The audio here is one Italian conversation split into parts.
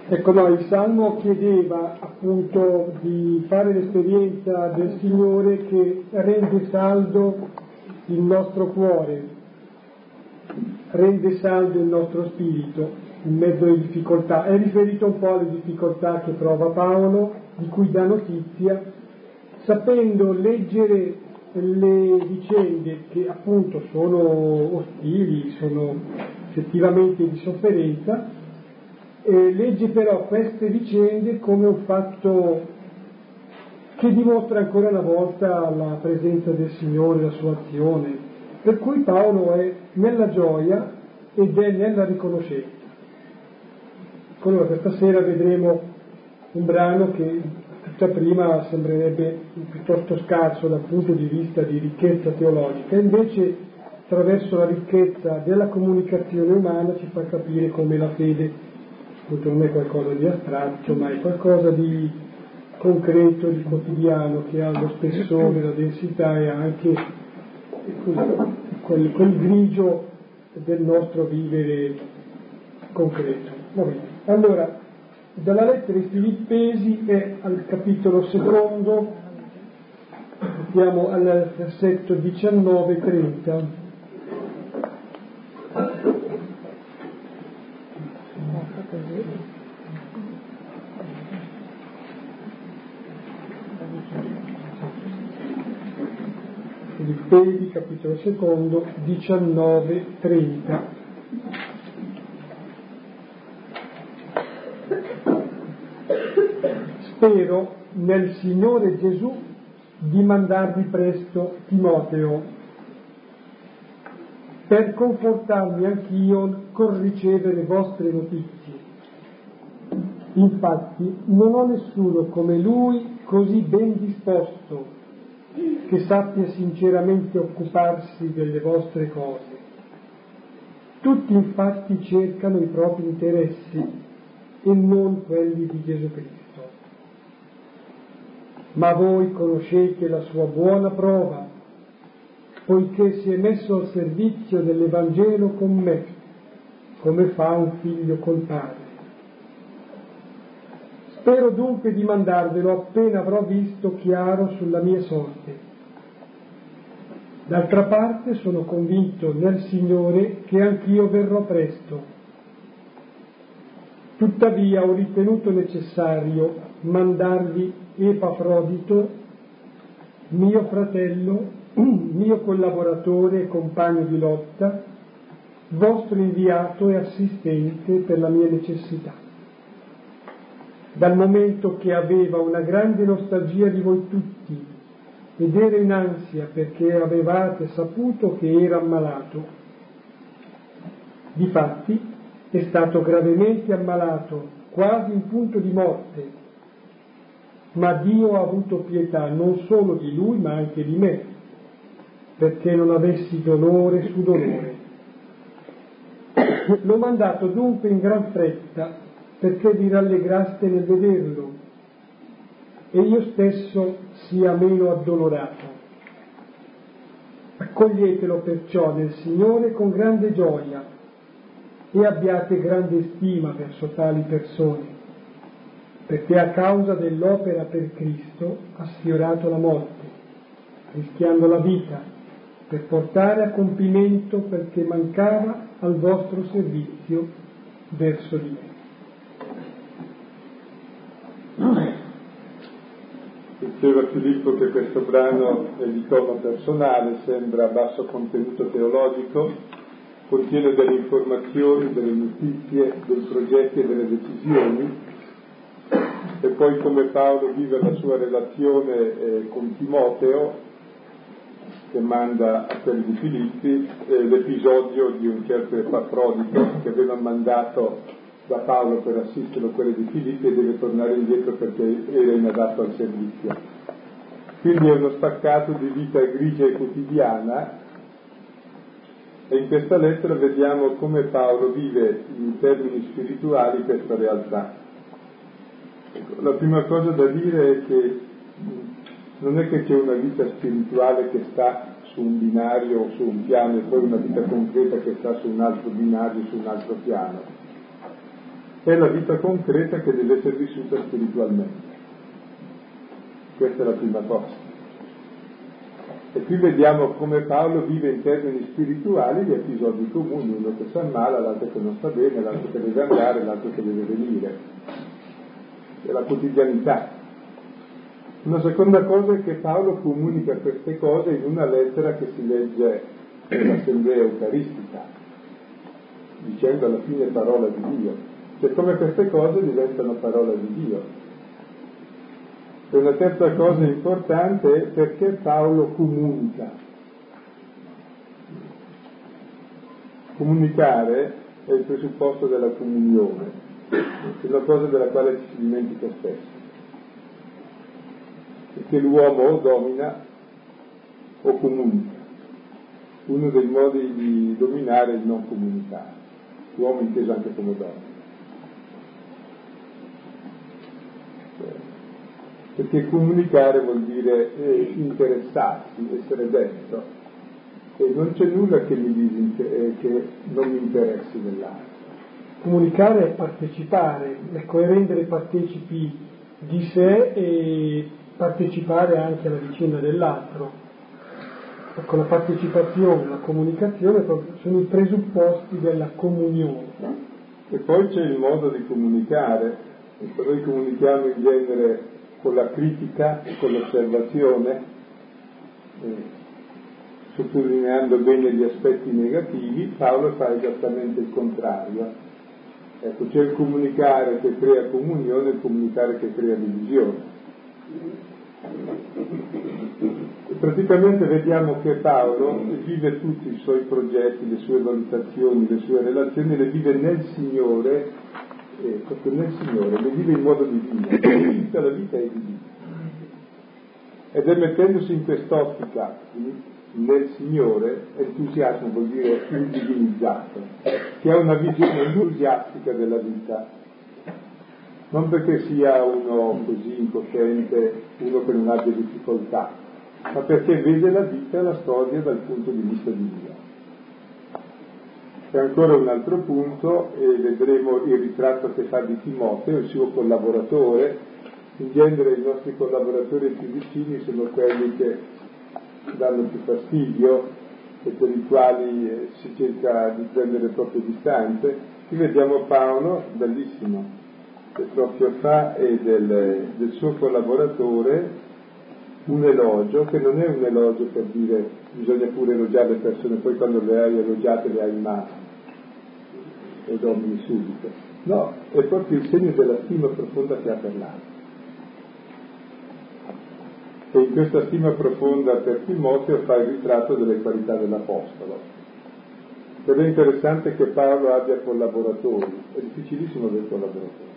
Ecco, no, il Salmo chiedeva appunto di fare l'esperienza del Signore che rende saldo il nostro cuore, rende saldo il nostro spirito in mezzo alle difficoltà. È riferito un po' alle difficoltà che prova Paolo, di cui dà notizia, sapendo leggere le vicende che appunto sono ostili, sono effettivamente di sofferenza, e legge però queste vicende come un fatto che dimostra ancora una volta la presenza del Signore, la sua azione, per cui Paolo è nella gioia ed è nella riconoscenza. Allora questa sera vedremo un brano che tutta prima sembrerebbe piuttosto scarso dal punto di vista di ricchezza teologica, invece attraverso la ricchezza della comunicazione umana ci fa capire come la fede appunto non è qualcosa di astratto, ma è qualcosa di concreto, di quotidiano, che ha lo spessore, la densità e anche quel grigio del nostro vivere concreto. Va bene. Allora, dalla lettera ai Filippesi è al capitolo 2, siamo al versetto 19-30. Filippesi, capitolo 2, 19-30. Spero nel Signore Gesù di mandarvi presto Timoteo, per confortarmi anch'io col ricevere vostre notizie. Infatti non ho nessuno come lui così ben disposto, che sappia sinceramente occuparsi delle vostre cose. Tutti infatti cercano i propri interessi e non quelli di Gesù Cristo. Ma voi conoscete la sua buona prova, poiché si è messo al servizio dell'Evangelo con me, come fa un figlio col padre. Spero dunque di mandarvelo appena avrò visto chiaro sulla mia sorte. D'altra parte sono convinto nel Signore che anch'io verrò presto. Tuttavia ho ritenuto necessario mandarvi Epafrodito, mio fratello, mio collaboratore e compagno di lotta, vostro inviato e assistente per la mia necessità. Dal momento che aveva una grande nostalgia di voi tutti ed era in ansia perché avevate saputo che era ammalato. Difatti è stato gravemente ammalato, quasi in punto di morte, ma Dio ha avuto pietà non solo di lui ma anche di me, perché non avessi dolore su dolore. L'ho mandato dunque in gran fretta perché vi rallegraste nel vederlo e io stesso sia meno addolorato. Accoglietelo perciò nel Signore con grande gioia e abbiate grande stima verso tali persone, perché a causa dell'opera per Cristo ha sfiorato la morte, rischiando la vita per portare a compimento perché mancava al vostro servizio verso di me. Diceva Filippo che questo brano è di tono personale, sembra a basso contenuto teologico, contiene delle informazioni, delle notizie, dei progetti e delle decisioni, e poi come Paolo vive la sua relazione con Timoteo, che manda a quelli di Filippi, l'episodio di un certo Epafrodito che aveva mandato da Paolo per assisterlo a quelli di Filippi e deve tornare indietro perché era inadatto al servizio. Quindi è uno spaccato di vita grigia e quotidiana, e in questa lettera vediamo come Paolo vive in termini spirituali questa realtà. La prima cosa da dire è che non è che c'è una vita spirituale che sta su un binario o su un piano e poi una vita concreta che sta su un altro binario, su un altro piano. è la vita concreta che deve essere vissuta spiritualmente. Questa è la prima cosa. E qui vediamo come Paolo vive in termini spirituali gli episodi comuni, uno che si ammala, l'altro che non sta bene, l'altro che deve andare, l'altro che deve venire. È la quotidianità. Una seconda cosa è che Paolo comunica queste cose in una lettera che si legge nell'assemblea eucaristica, dicendo alla fine parola di Dio. Cioè come queste cose diventano parola di Dio. E una terza cosa importante è perché Paolo comunica. Comunicare è il presupposto della comunione, è una cosa della quale ci si dimentica spesso. Perché l'uomo o domina o comunica. Uno dei modi di dominare è il non comunicare, l'uomo inteso anche come donna. Perché comunicare vuol dire interessarsi, essere dentro, e non c'è nulla che non mi interessi dell'altro. Comunicare è partecipare, ecco, è rendere partecipi di sé e partecipare anche alla vicenda dell'altro. Ecco, la partecipazione, la comunicazione sono i presupposti della comunione. E poi c'è il modo di comunicare. Ecco, noi comunichiamo in genere con la critica, con l'osservazione, sottolineando bene gli aspetti negativi. Paolo fa esattamente il contrario. Ecco, c'è il comunicare che crea comunione e il comunicare che crea divisione. E praticamente vediamo che Paolo vive tutti i suoi progetti, le sue valutazioni, le sue relazioni, le vive nel Signore, proprio nel Signore, le vive in modo divino. Tutta la vita è divina. Ed è mettendosi in quest'ottica nel Signore, entusiasmo vuol dire divinizzato, che ha una visione entusiastica della vita. Non perché sia uno così incosciente, uno che non abbia difficoltà, ma perché vede la vita e la storia dal punto di vista di Dio. C'è ancora un altro punto, e vedremo il ritratto che fa di Timoteo, il suo collaboratore. In genere i nostri collaboratori più vicini sono quelli che danno più fastidio e per i quali si cerca di prendere proprio distanze. Qui vediamo Paolo, bellissimo, che proprio fa del suo collaboratore un elogio, che non è un elogio per dire bisogna pure elogiare le persone, poi quando le hai elogiate le hai in mano e domini subito. No, è proprio il segno della stima profonda che ha per l'altro. E in questa stima profonda per Timoteo fa il ritratto delle qualità dell'Apostolo. Ed è interessante che Paolo abbia collaboratori, è difficilissimo avere collaboratori.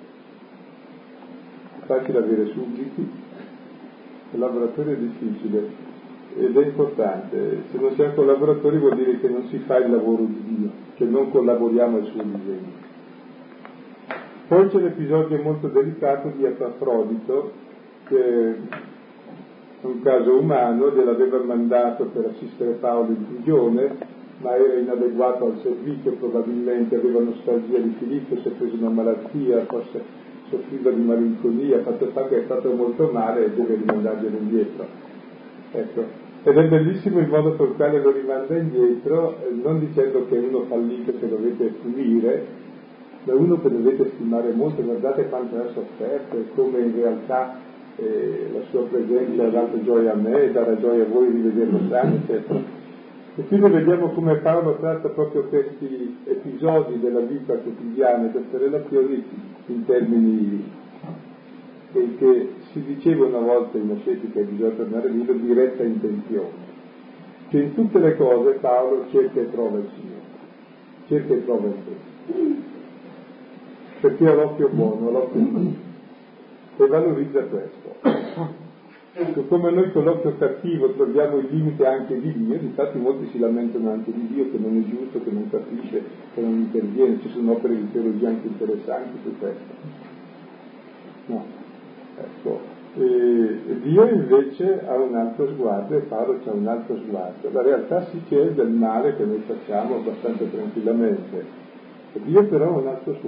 È facile avere sudditi, collaboratore è difficile ed è importante. Se non siamo collaboratori vuol dire che non si fa il lavoro di Dio, che non collaboriamo al suo disegno. Poi c'è l'episodio molto delicato di Epafrodito, che è un caso umano, gliel'aveva mandato per assistere Paolo in prigione, ma era inadeguato al servizio, probabilmente aveva nostalgia di Filippo, si è preso una malattia, forse soffriva di malinconia, fatto sta che è stato molto male e deve rimandarglielo indietro. Ecco. Ed è bellissimo il modo per il quale lo rimanda indietro, non dicendo che è uno fallito che dovete punire, ma uno che dovete stimare molto. Guardate quanto ha sofferto e come in realtà la sua presenza ha dato gioia a me e darà gioia a voi di vederlo sano, eccetera. E quindi vediamo come Paolo tratta proprio questi episodi della vita quotidiana, queste relazioni in termini che si diceva una volta in ascetica, e bisogna tornare a dire, di retta intenzione. Che in tutte le cose Paolo cerca e trova il Signore, cerca e trova il Signore, perché ha l'occhio buono, ha l'occhio buono, e valorizza questo. Come noi con l'occhio cattivo troviamo il limite anche di Dio, infatti molti si lamentano anche di Dio, che non è giusto, che non capisce, che non interviene. Ci sono opere di teologia anche interessanti su questo. No, ecco. E Dio invece ha un altro sguardo, e Paolo c'ha un altro sguardo. La realtà sì che è del male che noi facciamo abbastanza tranquillamente, e Dio però ha un altro sguardo.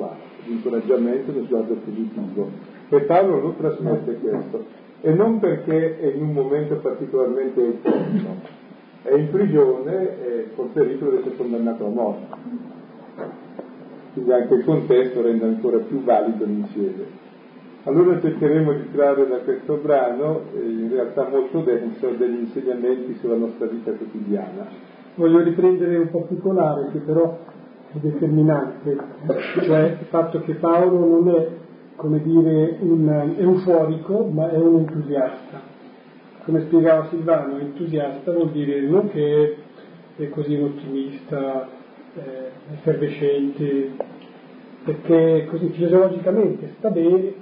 di incoraggiamento, uno sguardo positivo. E Paolo lo trasmette questo, e non perché è in un momento particolarmente euforico, è in prigione e col pericolo di essere condannato a morte. Quindi anche il contesto rende ancora più valido l'insieme. Allora cercheremo di trarre da questo brano, in realtà molto denso, degli insegnamenti sulla nostra vita quotidiana. Voglio riprendere un particolare che però è determinante, cioè il fatto che Paolo non è, come dire, un euforico, ma è un entusiasta. Come spiegava Silvano, entusiasta vuol dire non che è così un ottimista, effervescente, perché così fisiologicamente sta bene,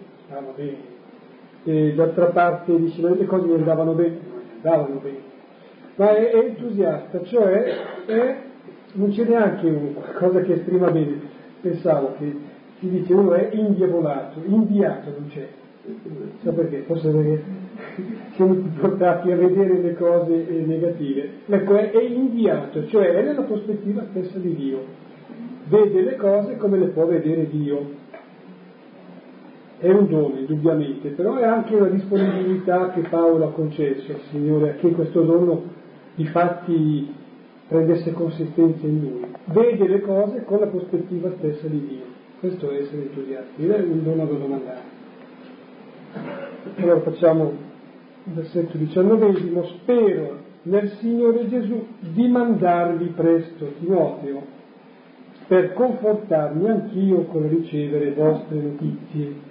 e d'altra parte dice ma le cose gli andavano bene, ma è entusiasta, cioè non c'è neanche qualcosa che esprima bene. Pensavo che si dice uno è indiavolato, inviato non c'è, so perché, forse perché siamo portati a vedere le cose negative. Ecco, è inviato, cioè è nella prospettiva stessa di Dio, vede le cose come le può vedere Dio. È un dono, indubbiamente, però è anche una disponibilità che Paolo ha concesso al Signore, a che questo dono di fatti prendesse consistenza in lui. Vede le cose con la prospettiva stessa di Dio. Questo è essere entusiasti, è un dono da domandare. Allora facciamo il versetto 19: spero nel Signore Gesù di mandarvi presto Timoteo, per confortarmi anch'io col ricevere vostre notizie.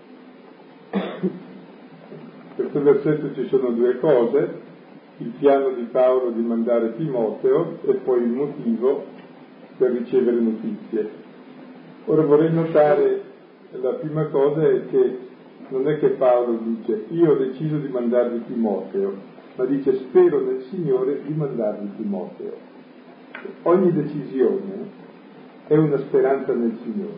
In questo versetto ci sono due cose: il piano di Paolo di mandare Timoteo e poi il motivo per ricevere notizie. Ora vorrei notare, la prima cosa è che non è che Paolo dice io ho deciso di mandarvi Timoteo, ma dice spero nel Signore di mandarvi Timoteo. Ogni decisione è una speranza nel Signore,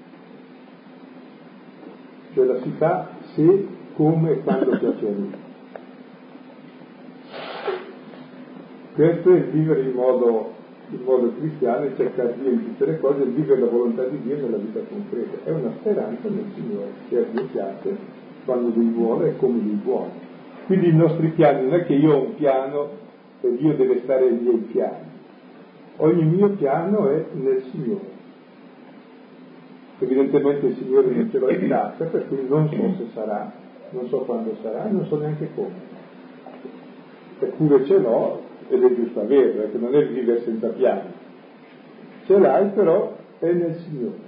cioè la si fa se, come e quando piace a Lui. Questo è il vivere in modo cristiano e cercare Dio in tutte le cose, il vivere la volontà di Dio nella vita concreta. È una speranza nel Signore, che a Dio piace, quando Lui vuole e come Lui vuole. Quindi i nostri piani, non è che io ho un piano e Dio deve stare ai miei piani. Ogni mio piano è nel Signore. Evidentemente il Signore non ce l'ho in tasca, per cui non so se sarà, non so quando sarà e non so neanche come. Eppure ce l'ho ed è giusto averlo, perché non è vivere senza piani. Ce l'hai, però è nel Signore.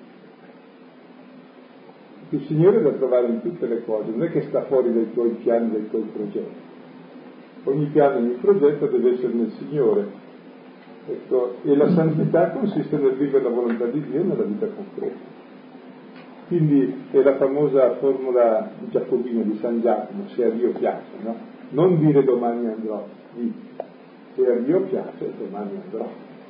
Il Signore è da trovare in tutte le cose, non è che sta fuori dai tuoi piani, dai tuoi progetti. Ogni piano, ogni progetto deve essere nel Signore. Ecco, e la santità consiste nel vivere la volontà di Dio nella vita concreta. Quindi è la famosa formula di Giacobino, di San Giacomo, se a Dio piace, no? Non dire domani andrò, se a Dio piace domani andrò.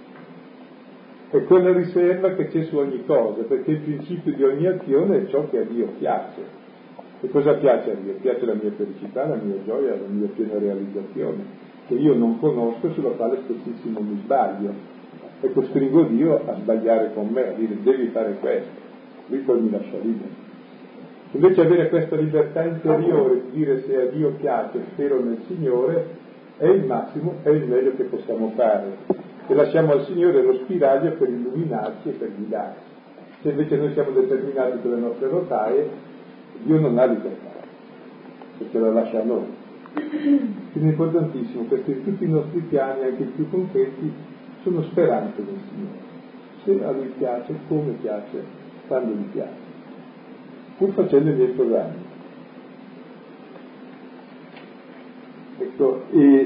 È quella riserva che c'è su ogni cosa, perché il principio di ogni azione è ciò che a Dio piace. E cosa piace a Dio? Piace la mia felicità, la mia gioia, la mia piena realizzazione, che io non conosco e sulla quale spessissimo mi sbaglio. E costringo Dio a sbagliare con me, a dire devi fare questo. Lui poi mi lascia libero. Invece avere questa libertà interiore di dire se a Dio piace, spero nel Signore, è il massimo, è il meglio che possiamo fare. E lasciamo al Signore lo spiraglio per illuminarci e per guidarci. Se invece noi siamo determinati per le nostre rotaie, Dio non ha libertà, perché la lascia a noi. Quindi è importantissimo, perché tutti i nostri piani, anche i più concreti, sono speranze del Signore. Se a Lui piace, come piace, quando gli piace, pur facendo i miei programmi. Ecco, e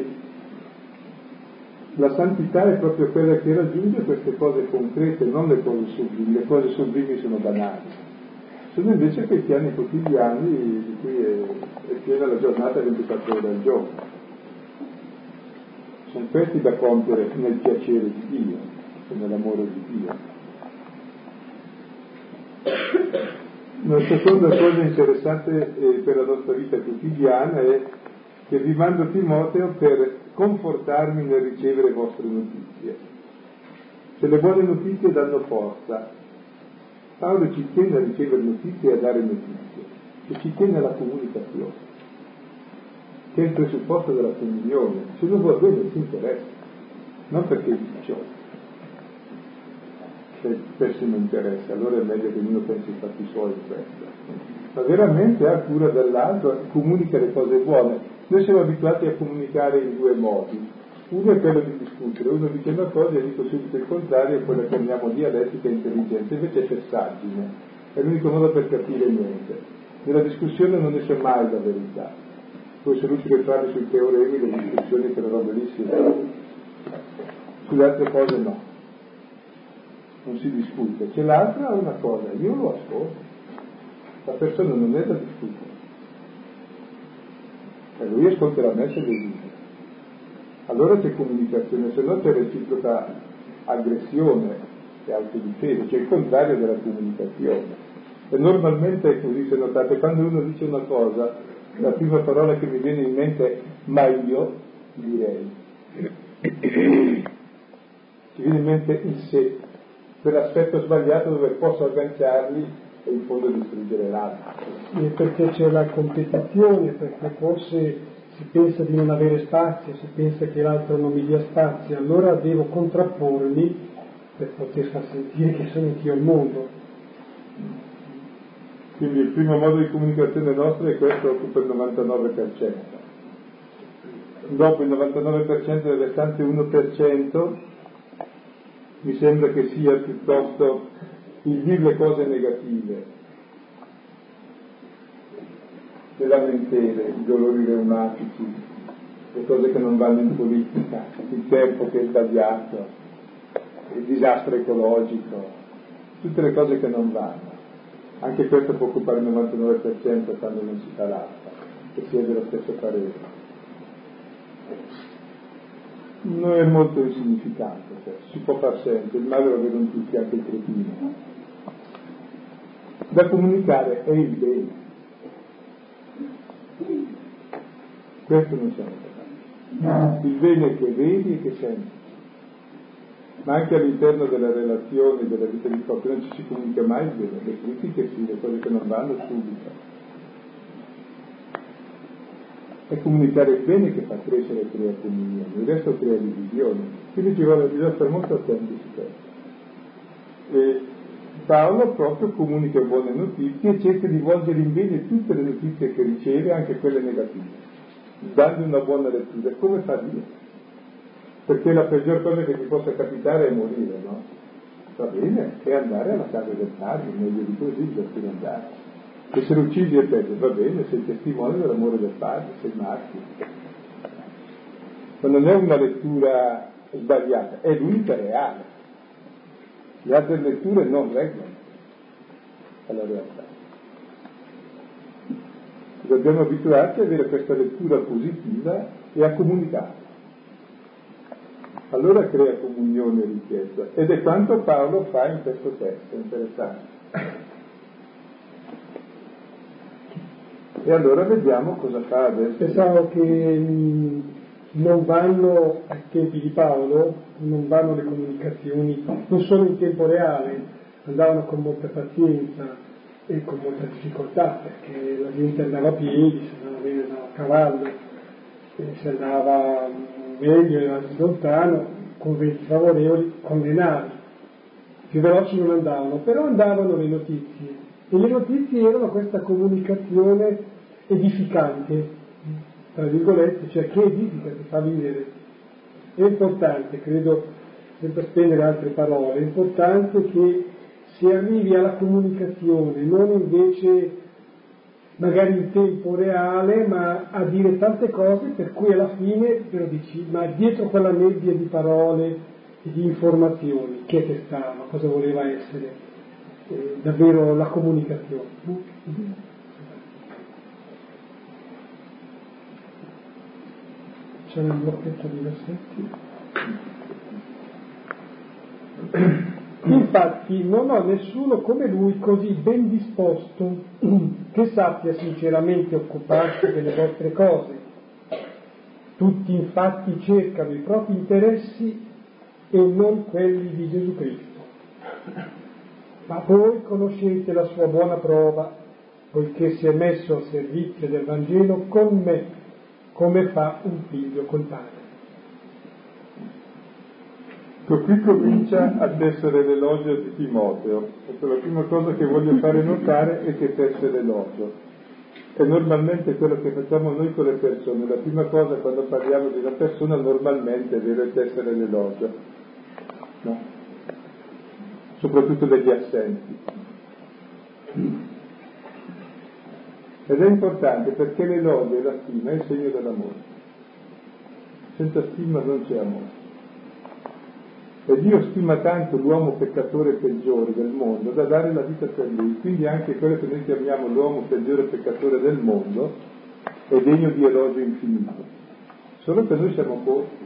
la santità è proprio quella che raggiunge queste cose concrete, non le cose sublimi. Le cose sublimi sono banali, sono invece quei piani quotidiani di cui è piena la giornata 24 ore al giorno. Sono questi da compiere nel piacere di Dio e nell'amore di Dio. Una seconda cosa interessante per la nostra vita quotidiana è che vi mando Timoteo per confortarmi nel ricevere vostre notizie. Cioè le buone notizie danno forza, Paolo ci tiene a ricevere notizie e a dare notizie, e ci tiene alla comunicazione, che è il presupposto della comunione. Se uno vuol bene si interessa, non perché dice, c'è il pessimo interesse, allora è meglio che uno pensi ai fatti suoi in questo, ma veramente ha cura dell'altro, comunica le cose buone. Noi siamo abituati a comunicare in due modi. Uno è quello di discutere, uno dice una cosa e dico subito il contrario, quella che chiamiamo dialettica e intelligenza, invece è fessaggine, è l'unico modo per capire niente. Nella discussione non esce mai la verità, poi se riuscire a fare sui teoremi, le discussioni, quelle robe lì si sulle altre cose no, non si discute. C'è l'altra una cosa, io lo ascolto, la persona non è da discutere, e lui ascolterà me se deve dire. Allora c'è comunicazione, se no c'è reciproca aggressione e autodifesa, c'è il contrario della comunicazione. E normalmente è così, se notate, quando uno dice una cosa, la prima parola che mi viene in mente è ma io direi. Ci viene in mente il se, quell'aspetto sbagliato dove posso agganciarli e in fondo distruggere l'altro. E perché c'è la competizione, perché forse si pensa di non avere spazio, si pensa che l'altro non mi dia spazio, allora devo contrappormi per poter far sentire che sono anch'io al mondo. Quindi il primo modo di comunicazione nostro è questo, occupa il 99%. Dopo il 99% del restante 1% mi sembra che sia piuttosto il dire le cose negative, le lamentele, i dolori reumatici, le cose che non vanno in politica, il tempo che è sbagliato, il disastro ecologico, tutte le cose che non vanno. Anche questo può occupare il 99% quando non si fa l'altra, che si è dello stesso parere. Non è molto insignificante, si può far sempre, il male lo vedono tutti, anche i cretini. Da comunicare è il bene. Questo non siamo capaci. Il bene che vedi e che senti. Ma anche all'interno delle relazioni, della vita di coppia, non ci si comunica mai il bene, le critiche sì, le cose che non vanno subito. È comunicare il bene che fa crescere e crea comunione, il resto crea divisione. Quindi bisogna stare molto attenti su questo. E Paolo proprio comunica buone notizie e cerca di volgere in bene tutte le notizie che riceve, anche quelle negative, dando una buona lettura. Come fa Dio? Perché la peggior cosa che ti possa capitare è morire, no? Va bene, è andare alla casa del padre, meglio di così, bisogna non andare. E se lo uccidi è peggio, va bene, sei testimone dell'amore del padre, sei martire. Ma non è una lettura sbagliata, è l'unica reale. Le altre letture non reggono alla realtà. Dobbiamo abituarci ad avere questa lettura positiva e a comunicare. Allora crea comunione e ricchezza. Ed è quanto Paolo fa in questo testo, interessante. E allora vediamo cosa fa adesso. Pensavo che non vanno ai tempi di Paolo, non vanno le comunicazioni, non solo in tempo reale, andavano con molta pazienza e con molta difficoltà, perché la gente andava a piedi, si andava bene, andava a cavallo, si andava meglio e anzi lontano, con venti favorevoli, con le navi. Più veloci non andavano, però andavano le notizie, e le notizie erano questa comunicazione edificante, tra virgolette, cioè che edifica, che fa vivere. È importante, credo, senza spendere altre parole, è importante che si arrivi alla comunicazione, non invece magari in tempo reale, ma a dire tante cose per cui alla fine te lo dici, ma dietro quella nebbia di parole e di informazioni, chi è che stava, cosa voleva essere davvero la comunicazione. C'è un blocchetto di versetti. Infatti non ho nessuno come lui così ben disposto che sappia sinceramente occuparsi delle vostre cose. Tutti infatti cercano i propri interessi e non quelli di Gesù Cristo. Ma voi conoscete la sua buona prova, poiché si è messo al servizio del Vangelo con me, come fa un figlio col padre. Qui comincia ad essere l'elogio di Timoteo. Ecco, la prima cosa che voglio fare notare è che tesse l'elogio. E normalmente quello che facciamo noi con le persone, la prima cosa quando parliamo di una persona normalmente deve tessere l'elogio, no? Soprattutto degli assenti. Ed è importante perché l'elogio e la stima è il segno dell'amore. Senza stima non c'è amore. E Dio stima tanto l'uomo peccatore peggiore del mondo da dare la vita per lui, quindi anche quello che noi chiamiamo l'uomo peggiore peccatore del mondo è degno di elogio infinito. Solo che noi siamo corti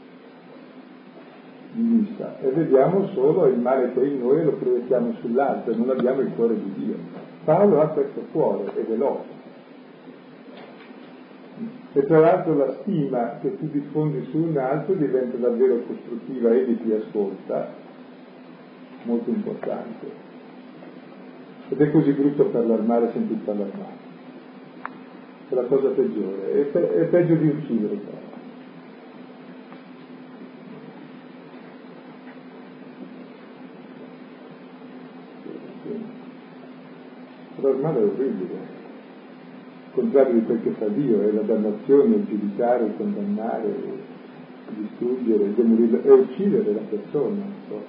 di vista e vediamo solo il male che è in noi e lo proiettiamo sull'altro e non abbiamo il cuore di Dio. Paolo ha questo cuore ed elogia. E tra l'altro la stima che tu diffondi su un altro diventa davvero costruttiva e di chi ascolta, molto importante. Ed è così brutto parlare male senza parlare male. È la cosa peggiore, è peggio di uccidere però. Parlare male è orribile. Il contrario di quel che fa Dio è la dannazione, il giudicare, il condannare, il distruggere, il demolire, è uccidere la persona.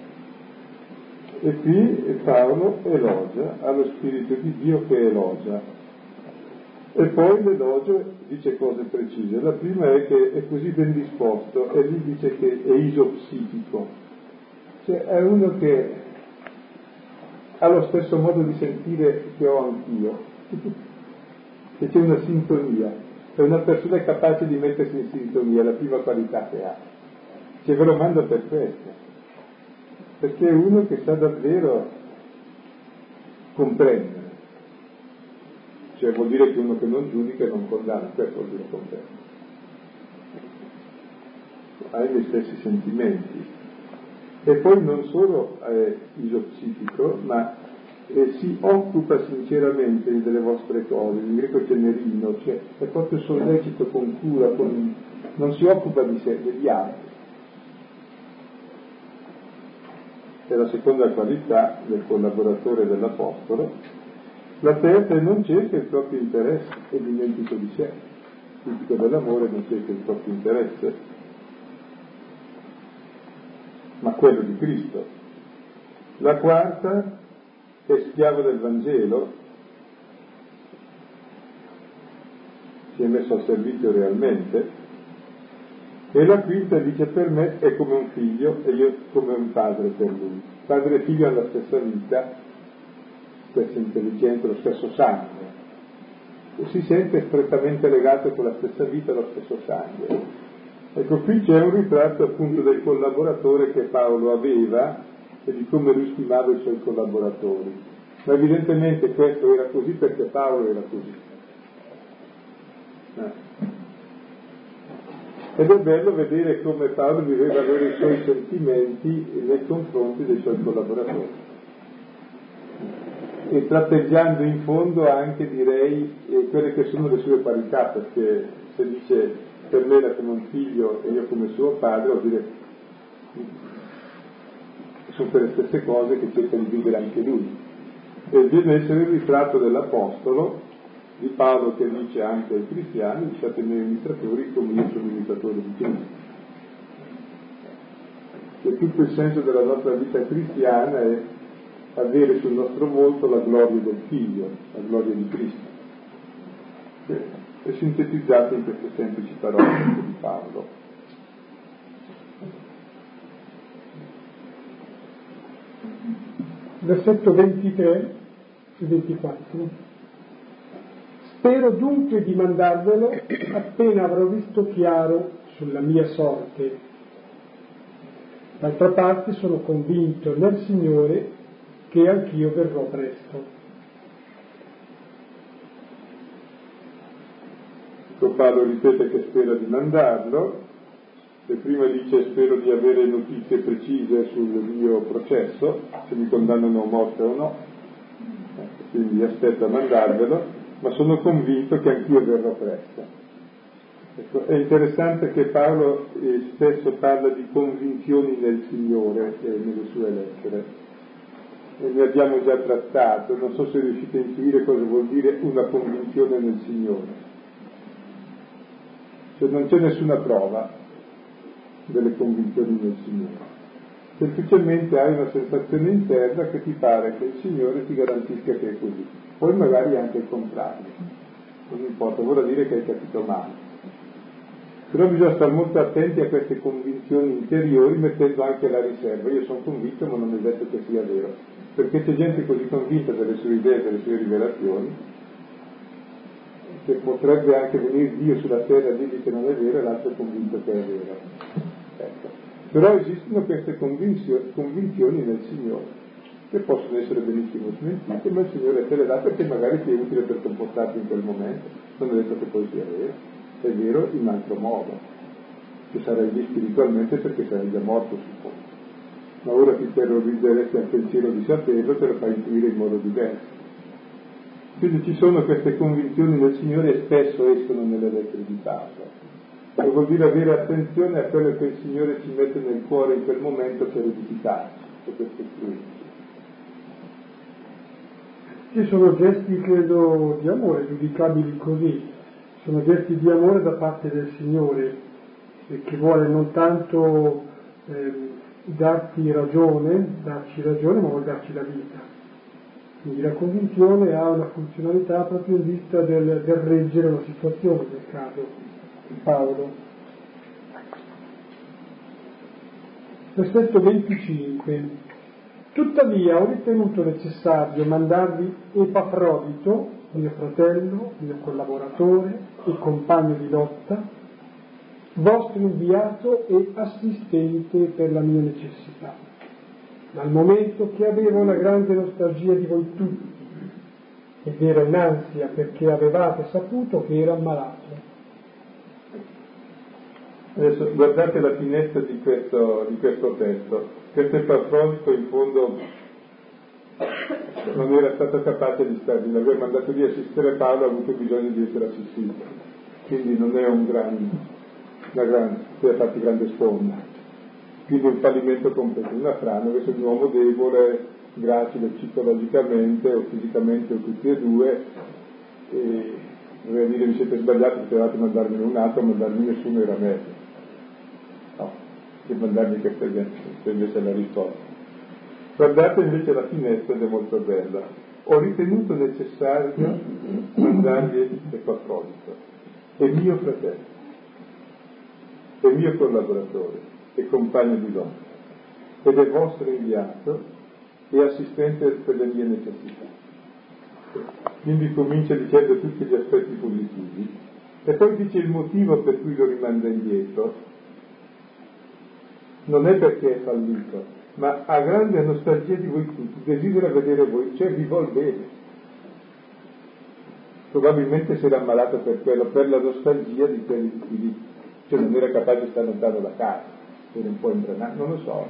E qui Paolo elogia, ha lo Spirito di Dio che elogia. E poi l'elogio dice cose precise. La prima è che è così ben disposto e lì dice che è isopsichico. Cioè è uno che ha lo stesso modo di sentire che ho anch'io. Che c'è una sintonia, è una persona capace di mettersi in sintonia, la prima qualità che ha. Cioè ve lo mando per questo, perché è uno che sa davvero comprendere, cioè vuol dire che uno che non giudica e non condanna, questo vuol dire comprendere. Ha gli stessi sentimenti. E poi non solo è isopsichico, ma si occupa sinceramente delle vostre cose, in greco c'è nerino, cioè è proprio sollecito con cura, non si occupa di sé, degli altri. È la seconda qualità del collaboratore dell'Apostolo. La terza è non cerca il proprio interesse, è dimentico di sé. Il tipico dell'amore non cerca il proprio interesse, ma quello di Cristo. La quarta è schiavo del Vangelo, si è messo al servizio realmente, e la quinta dice per me è come un figlio e io come un padre per lui. Padre e figlio hanno la stessa vita, stessa intelligenza, lo stesso sangue, e si sente strettamente legato con la stessa vita e lo stesso sangue. Ecco, qui c'è un ritratto appunto del collaboratore che Paolo aveva e di come lui stimava i suoi collaboratori. Ma evidentemente questo era così perché Paolo era così. Ed è bello vedere come Paolo viveva avere i suoi sentimenti nei confronti dei suoi collaboratori. E tratteggiando in fondo anche, direi, quelle che sono le sue qualità, perché se dice per me era come un figlio e io come suo padre, vuol dire sono quelle stesse cose che cerca di vivere anche lui. E viene a essere il ritratto dell'Apostolo, di Paolo che dice anche ai cristiani: siate miei imitatori come io sono imitatore di Cristo. E tutto il senso della nostra vita cristiana è avere sul nostro volto la gloria del Figlio, la gloria di Cristo. È sintetizzato in queste semplici parole di Paolo. Versetto 23 e 24. Spero dunque di mandarvelo appena avrò visto chiaro sulla mia sorte. D'altra parte sono convinto nel Signore che anch'io verrò presto. Paolo ripete che spera di mandarlo, E prima dice spero di avere notizie precise sul mio processo, se mi condannano a morte o no, quindi aspetto a mandarvelo, ma sono convinto che anch'io verrò presto. Ecco, è interessante che Paolo spesso parla di convinzioni nel Signore nelle sue lettere, e ne abbiamo già trattato, non so se riuscite a intuire cosa vuol dire una convinzione nel Signore. Cioè non c'è nessuna prova delle convinzioni nel Signore, semplicemente hai una sensazione interna che ti pare che il Signore ti garantisca che è così, poi magari anche il contrario, non importa, vuol dire che hai capito male, però bisogna stare molto attenti a queste convinzioni interiori mettendo anche la riserva, io sono convinto ma non è detto che sia vero, perché c'è gente così convinta delle sue idee, delle sue rivelazioni, che potrebbe anche venire Dio sulla terra a dirgli che non è vero e l'altro è convinto che è vero. Ecco. Però esistono queste convinzioni nel Signore, che possono essere benissimo smentite, ma il Signore te le dà perché magari ti è utile per comportarti in quel momento, non è detto che poi sia vero, è vero in altro modo, che sarai lì spiritualmente perché sarai già morto suppongo, ma ora ti terrorizzeresti anche il cielo di saperlo, te lo fai intuire in modo diverso. Quindi ci sono queste convinzioni del Signore e spesso escono nelle lettere di Paolo. E vuol dire avere attenzione a quello che il Signore ci mette nel cuore in quel momento per edificarci e per costruirci. Ci sono gesti, credo, di amore, giudicabili così. Sono gesti di amore da parte del Signore, che vuole non tanto darci ragione, ma vuole darci la vita. Quindi la convinzione ha una funzionalità proprio in vista del reggere una situazione, nel caso di Paolo. Versetto 25. Tuttavia ho ritenuto necessario mandarvi Epafrodito, mio fratello, mio collaboratore e compagno di lotta, vostro inviato e assistente per la mia necessità, dal momento che avevo una grande nostalgia di voi tutti ed ero in ansia perché avevate saputo che ero ammalato. Adesso guardate la finestra di questo testo. Questo Epafrodito in fondo non era stato capace di stare, di aver mandato via assistere Paolo, ha avuto bisogno di essere assistito, quindi non è che ha fatto grande sponda, quindi un fallimento completo, una frana, questo è un uomo debole, gracile psicologicamente o fisicamente o tutti e due, e doveva dire vi siete sbagliati, potevate mandarmene un altro, mandarmi nessuno era meglio, no, che mandarmi questa gente, questa invece è la risposta. Guardate invece la finestra ed è molto bella. Ho ritenuto necessario mandargli Epafrodito, è mio fratello, è mio collaboratore e compagno di lotta, ed è vostro inviato e assistente per le mie necessità. Quindi comincia dicendo tutti gli aspetti positivi e poi dice il motivo per cui lo rimanda indietro. Non è perché è fallito, ma ha grande nostalgia di voi tutti, desidera vedere voi, cioè vi vuol bene. Probabilmente si era ammalato per quello, per la nostalgia di quelli di cui cioè non era capace di stare lontano da casa, era un po' imbranato, non lo so,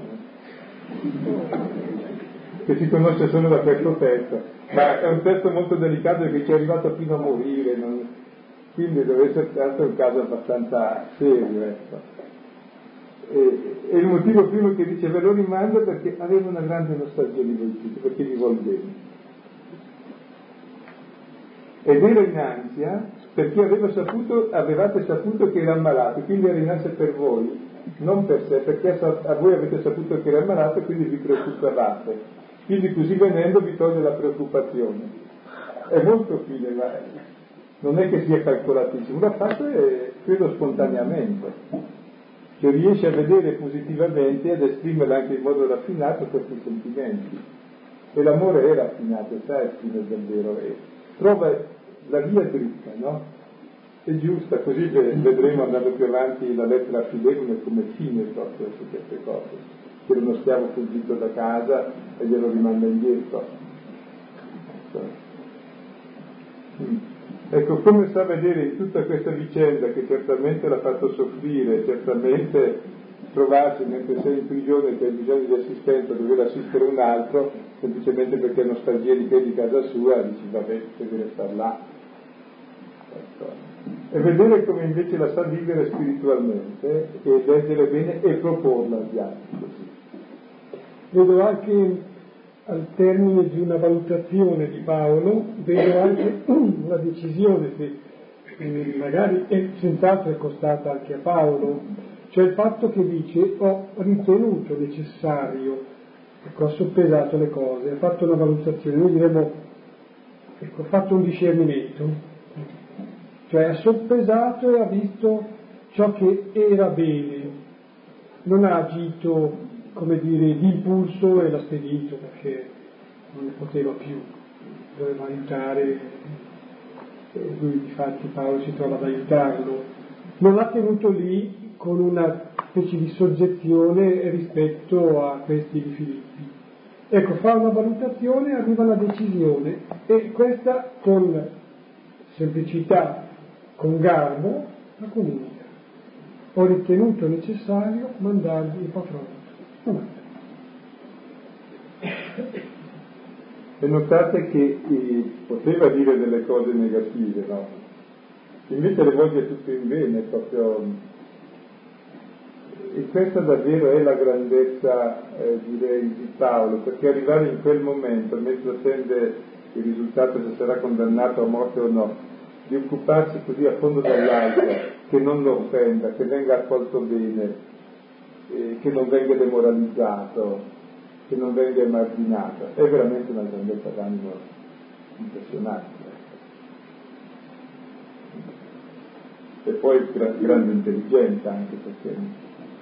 che si conosce solo da questo testo, ma è un testo molto delicato perché ci è arrivato fino a morire, quindi deve essere stato un caso abbastanza serio, ecco. E il motivo primo che dice ve lo rimando perché aveva una grande nostalgia di voi tutti, perché vi vuol bene. Ed era in ansia perché avevate saputo che era ammalato, quindi era in ansia per voi, non per sé, perché a voi avete saputo che era ammalato e quindi vi preoccupavate. Quindi così venendo vi toglie la preoccupazione. È molto fine, ma non è che sia calcolatissimo, l'ha fatto credo spontaneamente. Che riesce a vedere positivamente ed esprimere anche in modo raffinato questi sentimenti. E l'amore è raffinato, sa esprimere davvero, e trova la via dritta, no? È giusta, così vedremo andando più avanti la lettera a Filemone come fine proprio su queste cose, che uno schiavo fuggito da casa e glielo rimanda indietro. Ecco, come sa vedere in tutta questa vicenda, che certamente l'ha fatto soffrire, certamente trovarsi mentre sei in prigione che hai bisogno di assistenza, dover assistere un altro, semplicemente perché ha nostalgia di te di casa sua, dici vabbè, deve stare là. Ecco. E vedere come invece la sa vivere spiritualmente, e leggere bene e proporla agli altri così. Vedo anche al termine di una valutazione di Paolo, vedo anche una decisione che magari senz'altro è costata anche a Paolo, cioè il fatto che dice ho ritenuto necessario, ecco, ha soppesato le cose, ha fatto una valutazione, noi diremmo, ecco, ha fatto un discernimento, cioè ha soppesato e ha visto ciò che era bene, non ha agito, come dire, di impulso e l'ha spedito perché non ne poteva più, doveva aiutare, e lui difatti Paolo si trova ad aiutarlo, non l'ha tenuto lì con una specie di soggezione rispetto a questi di Filippi. Ecco, fa una valutazione, arriva alla decisione e questa con semplicità, con garbo, la comunica. Ho ritenuto necessario mandargli il patrono. E notate che poteva dire delle cose negative, no? Invece le voglio tutto in bene, proprio. E questa davvero è la grandezza, direi, di Paolo, perché arrivare in quel momento, mentre attende il risultato se sarà condannato a morte o no, di occuparsi così a fondo dall'altro, che non lo offenda, che venga accolto bene, che non venga demoralizzato, che non venga emarginato, è veramente una grandezza d'animo impressionante. E poi grande intelligenza anche, perché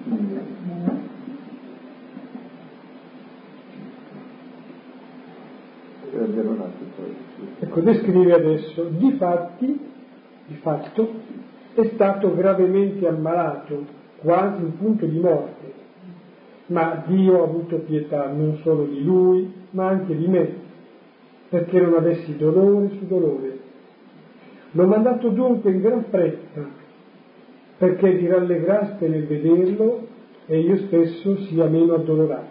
ecco, descrive adesso, di fatto è stato gravemente ammalato, quasi in punto di morte, ma Dio ha avuto pietà non solo di lui, ma anche di me, perché non avessi dolore su dolore. L'ho mandato dunque in gran fretta, perché vi rallegraste nel vederlo e io stesso sia meno addolorato.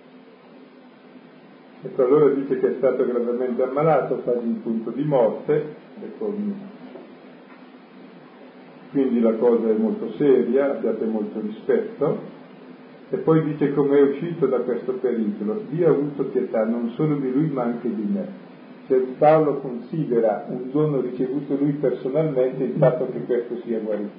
Ecco, allora dice che è stato gravemente ammalato, quasi in punto di morte, quindi la cosa è molto seria, abbiate molto rispetto, e poi dice come è uscito da questo pericolo. Dio ha avuto pietà non solo di lui ma anche di me. Cioè, Paolo considera un dono ricevuto lui personalmente il fatto che questo sia guarito,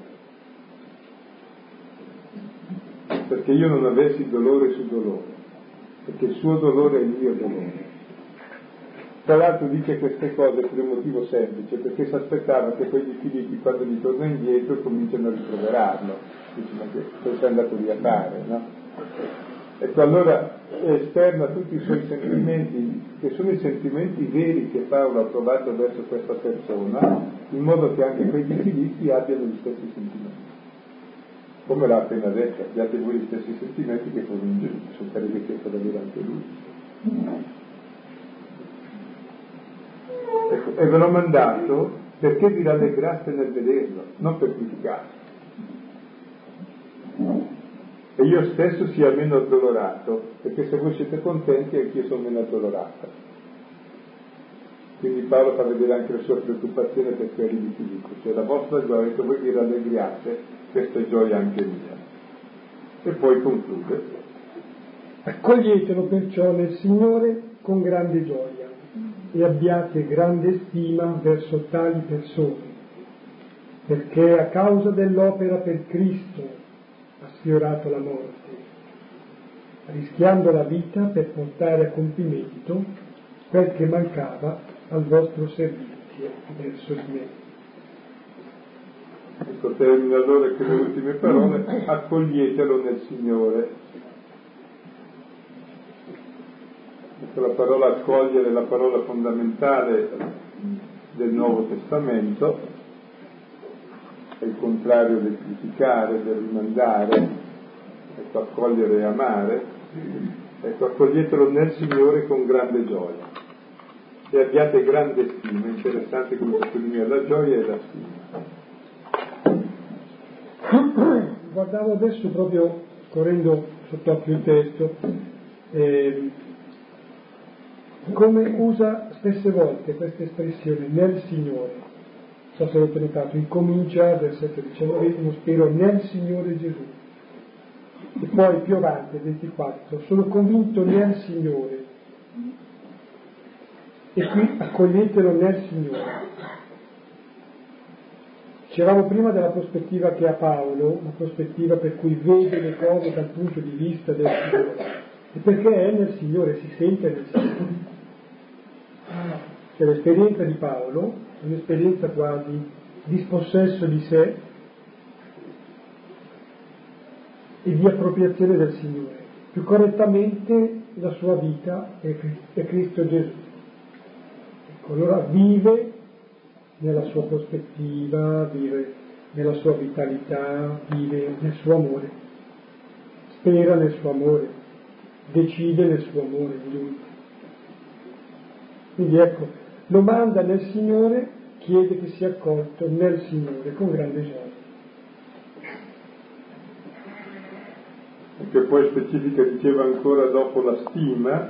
perché io non avessi dolore su dolore, perché il suo dolore è il mio dolore. Tra l'altro dice queste cose per un motivo semplice, perché si aspettava che poi di Filippi, quando gli torna indietro, cominciano a riproverarlo. Dice, ma che cosa è andato lì a fare, no? Ecco, allora esterna tutti i suoi sentimenti, che sono i sentimenti veri che Paolo ha provato verso questa persona, in modo che anche quei di Filippi abbiano gli stessi sentimenti. Come l'ha appena detto, abbiate voi gli stessi sentimenti che furono in Gesù, sarebbe chiesto da dire anche lui. Ecco, e ve l'ho mandato perché vi rallegraste nel vederlo, non per criticarlo. E io stesso sia meno addolorato, perché se voi siete contenti anch'io sono meno addolorato. Quindi Paolo fa vedere anche la sua preoccupazione per quelli di Filippo, cioè la vostra gioia, che voi vi rallegriate, questa è gioia anche mia. E poi conclude. Accoglietelo perciò nel Signore con grande gioia e abbiate grande stima verso tali persone, perché a causa dell'opera per Cristo ha sfiorato la morte, rischiando la vita per portare a compimento quel che mancava al vostro servizio verso di me. Ecco, termina allora con le ultime parole, accoglietelo nel Signore. Ecco, la parola accogliere è la parola fondamentale del Nuovo Testamento, è il contrario del criticare, del rimandare. Ecco, accogliere e amare. Ecco, accoglietelo nel Signore con grande gioia. e abbiate grande stima. Interessante come sottolinea la gioia e la stima. Guardavo adesso, proprio scorrendo sott'occhio il testo, come usa spesse volte questa espressione nel Signore. Non so se avete notato, incomincia versetto 19, spero nel Signore Gesù. E poi più avanti, 24, sono convinto nel Signore. E qui accoglietelo nel Signore. Dicevamo prima della prospettiva che ha Paolo, una prospettiva per cui vede le cose dal punto di vista del Signore. E perché è nel Signore, si sente nel Signore. Cioè l'esperienza di Paolo è un'esperienza quasi di possesso di sé e di appropriazione del Signore. Più correttamente la sua vita è Cristo Gesù. Ecco, allora vive nella sua prospettiva, vive nella sua vitalità, vive nel suo amore, spera nel suo amore, decide nel suo amore in Lui. Quindi ecco, lo manda nel Signore, chiede che sia accolto nel Signore con grande gioia. E che poi specifica, diceva ancora dopo la stima,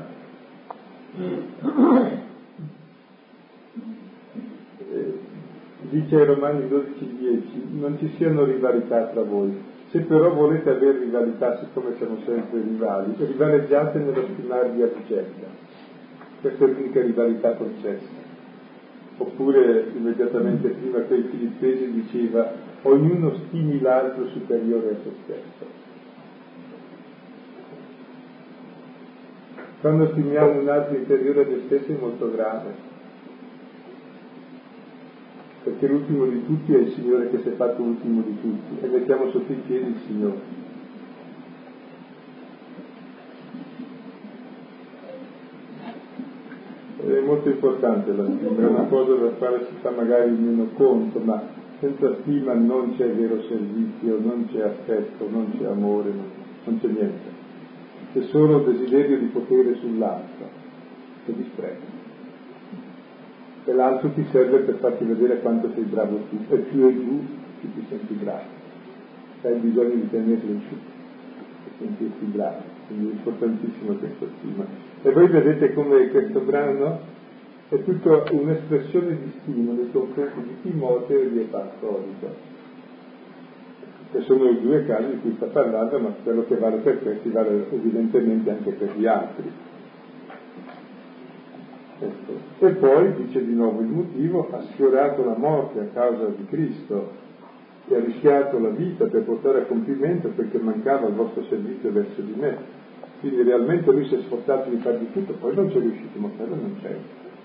dice ai Romani 12:10, non ci siano rivalità tra voi. Se però volete avere rivalità, siccome siamo sempre rivali, rivaleggiate nello stimarvi a vicenda. Questa è l'unica rivalità concessa. Oppure immediatamente prima che i Filippesi diceva ognuno stimi l'altro superiore a se stesso. Quando stimiamo un altro inferiore a noi stessi è molto grave, perché l'ultimo di tutti è il Signore che si è fatto ultimo di tutti e mettiamo sotto i piedi il Signore. È molto importante la stima, è una cosa della quale si fa magari meno conto, ma senza stima non c'è vero servizio, non c'è affetto, non c'è amore, non c'è niente. C'è solo desiderio di potere sull'altro e disprezzo. E l'altro ti serve per farti vedere quanto sei bravo tu, e più è giù, più ti senti bravo. Hai bisogno di tenerlo in su, per sentirti bravo, quindi è importantissimo questa stima. E voi vedete come questo brano è tutta un'espressione di stima nei confronti di Timoteo e di Epafrodito, che sono i due casi di cui sta parlando, ma quello che vale per questi vale evidentemente anche per gli altri. Ecco. E poi dice di nuovo il motivo: ha sfiorato la morte a causa di Cristo e ha rischiato la vita per portare a compimento perché mancava il vostro servizio verso di me. Quindi realmente lui si è sforzato di fare di tutto, poi non c'è riuscito, ma quello non c'è.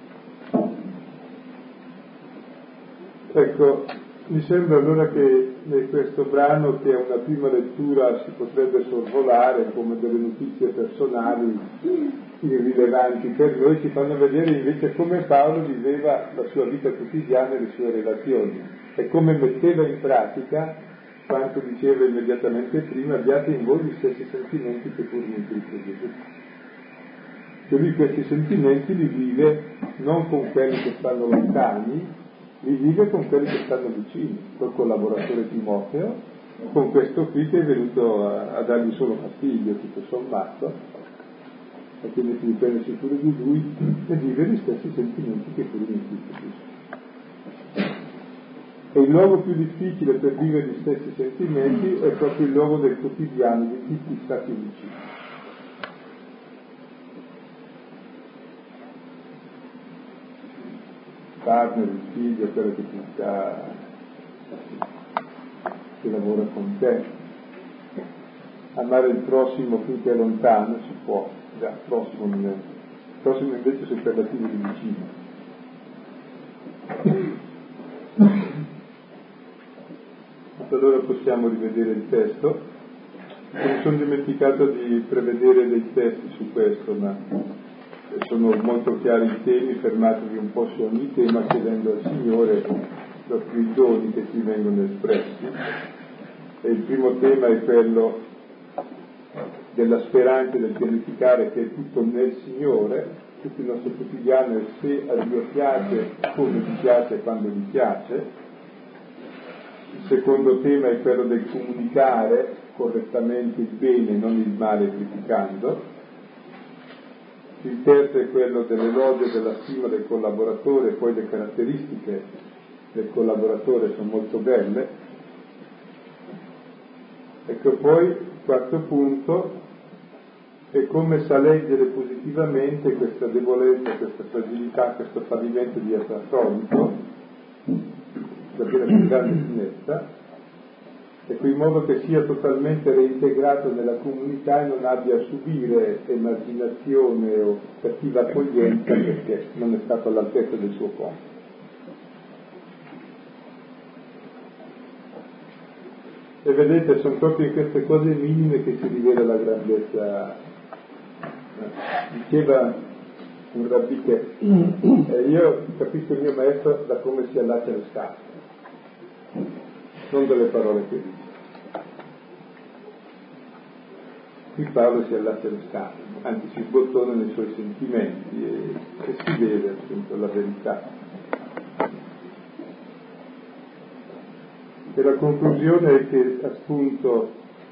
Ecco, mi sembra allora che questo brano, che è una prima lettura, si potrebbe sorvolare come delle notizie personali irrilevanti per noi, ci fanno vedere invece come Paolo viveva la sua vita quotidiana e le sue relazioni e come metteva in pratica quanto diceva immediatamente prima: abbiate in voi gli stessi sentimenti che furono in Cristo Gesù. Che lui questi sentimenti li vive non con quelli che stanno lontani, li vive con quelli che stanno vicini, col collaboratore Timoteo, con questo qui che è venuto a dargli solo fastidio, tutto sommato, e quindi si dipende sicuro di lui, e vive gli stessi sentimenti che furono in Cristo Gesù. E il luogo più difficile per vivere gli stessi sentimenti è proprio il luogo del quotidiano, di chi ti sta più vicino. Partner, il figlio, quello che ti sta, che lavora con te. Amare il prossimo finché è lontano si può, già prossimo invece è superlativo di vicino. Allora possiamo rivedere il testo. Mi sono dimenticato di prevedere dei testi su questo, ma sono molto chiari i temi, fermatevi un po' su ogni tema chiedendo al Signore proprio i doni che qui vengono espressi. E il primo tema è quello della speranza e del pianificare, che è tutto nel Signore, tutto il nostro quotidiano è se a Dio piace, come gli piace e quando gli piace. Il secondo tema è quello del comunicare correttamente il bene, non il male criticando. Il terzo è quello dell'elogio e della stima del collaboratore, poi le caratteristiche del collaboratore sono molto belle. Ecco, poi il quarto punto è come sa leggere positivamente questa debolezza, questa fragilità, questo fallimento diatronico, da quella più grande finestra, ecco, in modo che sia totalmente reintegrato nella comunità e non abbia a subire emarginazione o cattiva accoglienza perché non è stato all'altezza del suo compito. E vedete, sono proprio in queste cose minime che si rivela la grandezza. Diceva un rabbì che io capisco il mio maestro da come si allaccia le scarpe, non dalle parole che dice. Qui Paolo si allaccia le scarpe, anzi si sbottona nei suoi sentimenti e si vede appunto la verità. E la conclusione è che appunto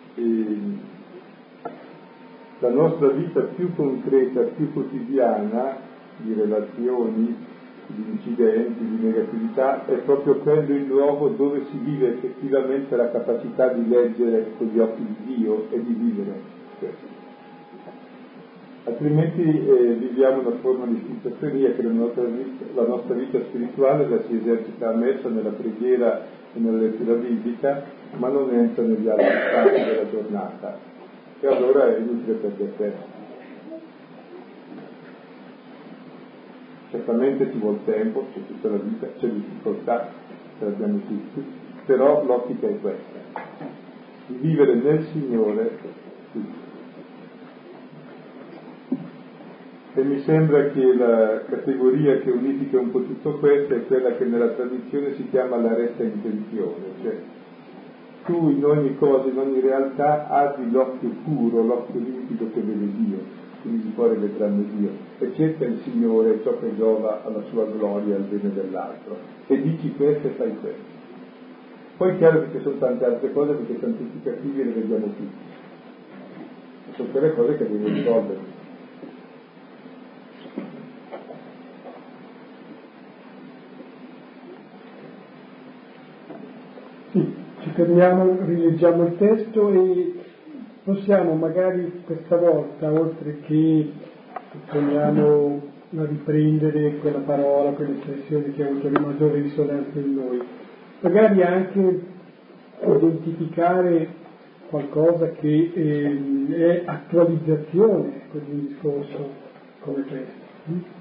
la nostra vita più concreta, più quotidiana, di relazioni, di incidenti, di negatività, è proprio quello il luogo dove si vive effettivamente la capacità di leggere con gli occhi di Dio e di vivere questo. Altrimenti viviamo una forma di schizofrenia che la nostra vita spirituale la si esercita a messa nella preghiera e nella lettura biblica, ma non entra negli altri stati della giornata. E allora è inutile perdere tempo. Certamente ci vuole tempo, c'è tutta la vita, c'è difficoltà, ce l'abbiamo tutti, però l'ottica è questa, di vivere nel Signore tutto. E mi sembra che la categoria che unifica un po' tutto questo è quella che nella tradizione si chiama la retta intenzione, cioè tu in ogni cosa, in ogni realtà hai l'occhio puro, l'occhio limpido che vede Dio, quindi di cuore vedranno Dio, e cerca il Signore ciò che giova alla sua gloria e al bene dell'altro, e dici questo e fai questo. Poi è chiaro che ci sono tante altre cose perché siamo tutti cattivi e le vediamo tutti, sono quelle cose che devi risolvere. Sì, ci fermiamo, rileggiamo il testo e possiamo magari questa volta, oltre che torniamo a riprendere quella parola, quell'espressione che ha avuto una maggiore risonanza in noi, magari anche identificare qualcosa che è attualizzazione di un discorso come questo.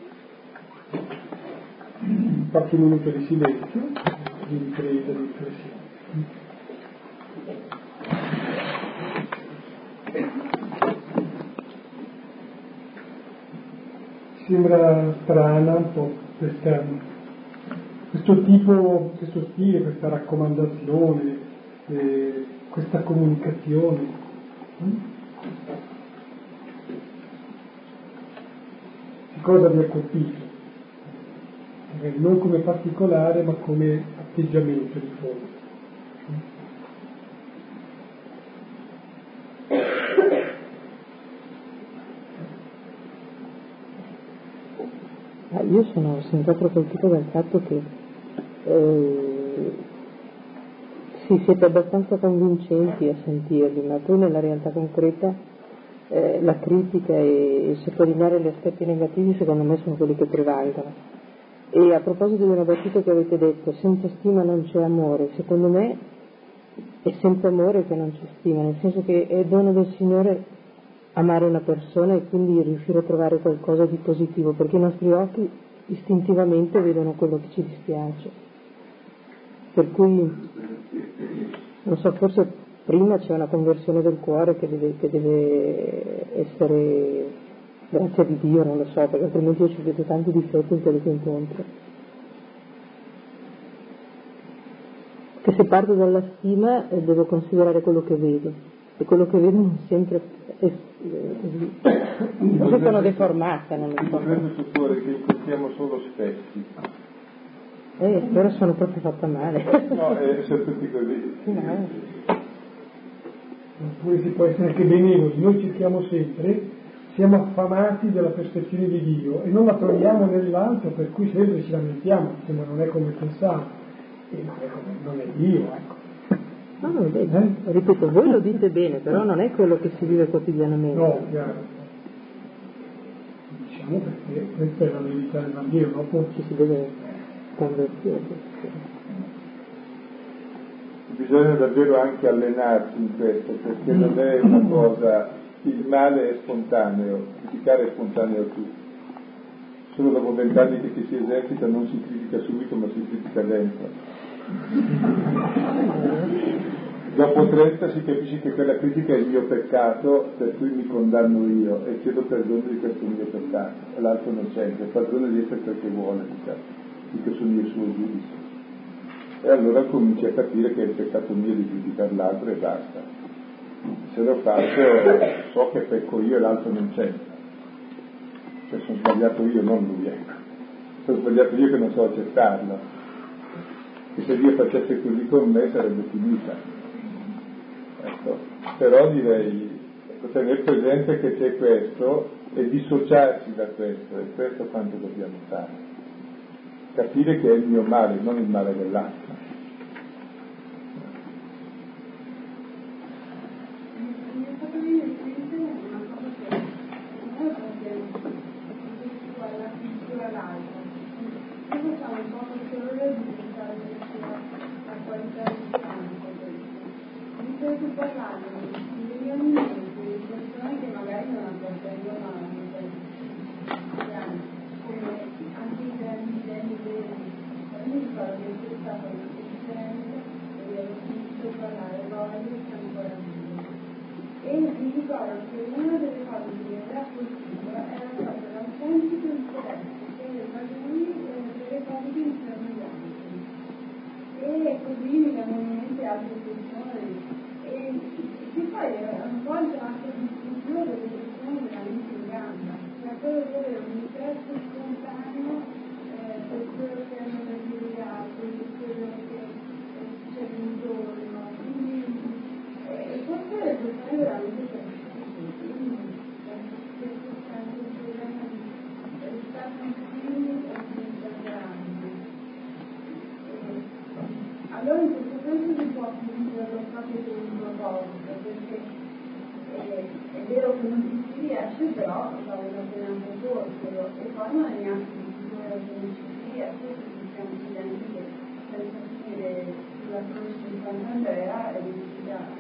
Qualche minuto di silenzio, di ripresa, di riflessione. Sembra strana un po' questo stile, questa raccomandazione, questa comunicazione. Che cosa vi ha colpito? Non come particolare ma come atteggiamento di fondo. Io sono sempre colpito dal fatto che sì, siete abbastanza convincenti a sentirli, ma poi nella realtà concreta la critica e sottolineare gli aspetti negativi secondo me sono quelli che prevalgono. E a proposito di una battuta che avete detto, senza stima non c'è amore, secondo me è senza amore che non c'è stima, nel senso che è dono del Signore amare una persona e quindi riuscire a trovare qualcosa di positivo, perché i nostri occhi istintivamente vedono quello che ci dispiace. Per cui, non so, forse prima c'è una conversione del cuore che deve essere grazia di Dio, non lo so, perché altrimenti io ci vedo tanti difetti in quello che incontro. Che se parto dalla stima devo considerare quello che vedo, e quello che vedono sempre forse sono deformate, non lo so. Credo Dottore che incontriamo solo specchi. Allora sono proprio fatta male. No, sono tutti così. No. Oppure si può essere anche benevoli, noi cerchiamo sempre, siamo affamati della perfezione di Dio e non la troviamo nell'altro, per cui sempre ci lamentiamo, ma non è come pensavo, e non è Dio, ecco. No, ripeto, voi lo dite bene, però non è quello che si vive quotidianamente. No, chiaro. Diciamo perché questa è la verità del Vangelo, dopo ci si deve convertire. Bisogna davvero anche allenarsi in questo, perché non è una cosa, il male è spontaneo, criticare è spontaneo a tutti. Solo dopo 20 anni che ci si esercita non si critica subito, ma si critica dentro. Dopo 30 si capisce che quella critica è il mio peccato, per cui mi condanno io e chiedo perdono di questo mio peccato, e l'altro non c'entra, perdono di essere quel che vuole, diciamo, perché sono io suo giudice. E allora cominci a capire che è il peccato mio di criticare l'altro e basta. Se lo faccio so che pecco io e l'altro non c'entra. Cioè sono sbagliato io, non lui, ecco. Sono sbagliato io che non so accettarlo. E se Dio facesse così con me sarebbe finita. Ecco. Però direi, tenere presente che c'è questo e dissociarsi da questo, e questo quanto dobbiamo fare. Capire che è il mio male, non il male dell'altro. E mi ricordo che una delle cose che mi aveva colpito era proprio l'autentico interesse che aveva lui delle cose che iniziano gli altri. E così mi vengono in mente altre persone e che poi è un po' il tratto di studio delle persone veramente in gamba, cioè quello di avere un interesse spontaneo per quello che hanno da dire gli altri, per quello che c'è intorno. Quindi e forse le persone veramente quindi questo è anche un problema di stare continui e di esagerando. Allora in questo senso si può viverlo proprio con un proposito, perché è vero che non si riesce, però vale la pena proporselo e poi non è neanche sicuro che non ci si riesce, perché siamo studenti che senza finire sulla croce di Sant'Andrea è riusciti a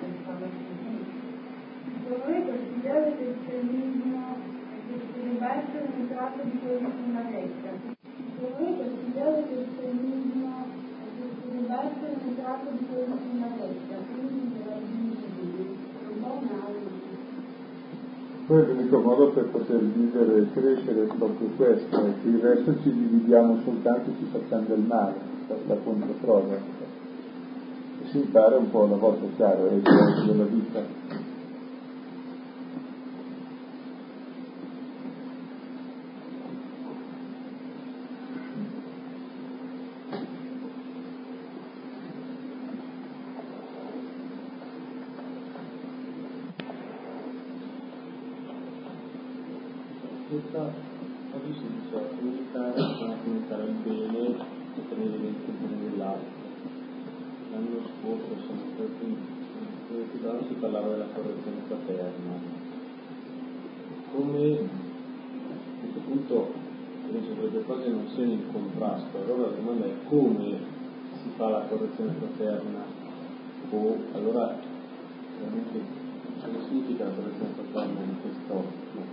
secondo me questa idea del cristianesimo che debba essere un tratto di quelli sulla vecchia, secondo me questa idea del cristianesimo che debba essere un tratto di quelli sulla vecchia, quindi della divisione, è un po' un'altra. Poi l'unico modo per poter vivere e crescere è proprio questo, è che il resto ci dividiamo soltanto e ci facciamo del male, la controprova. E si impara un po' alla volta, chiaro, è il senso della vita. Oggi si dice comunicare il bene e tenere dentro il bene dell'altro. L'anno scorso si parlava della correzione fraterna. Come a questo punto penso che le cose non siano in contrasto, allora la domanda è come si fa la correzione fraterna o allora veramente cosa significa la correzione fraterna in quest'ottica?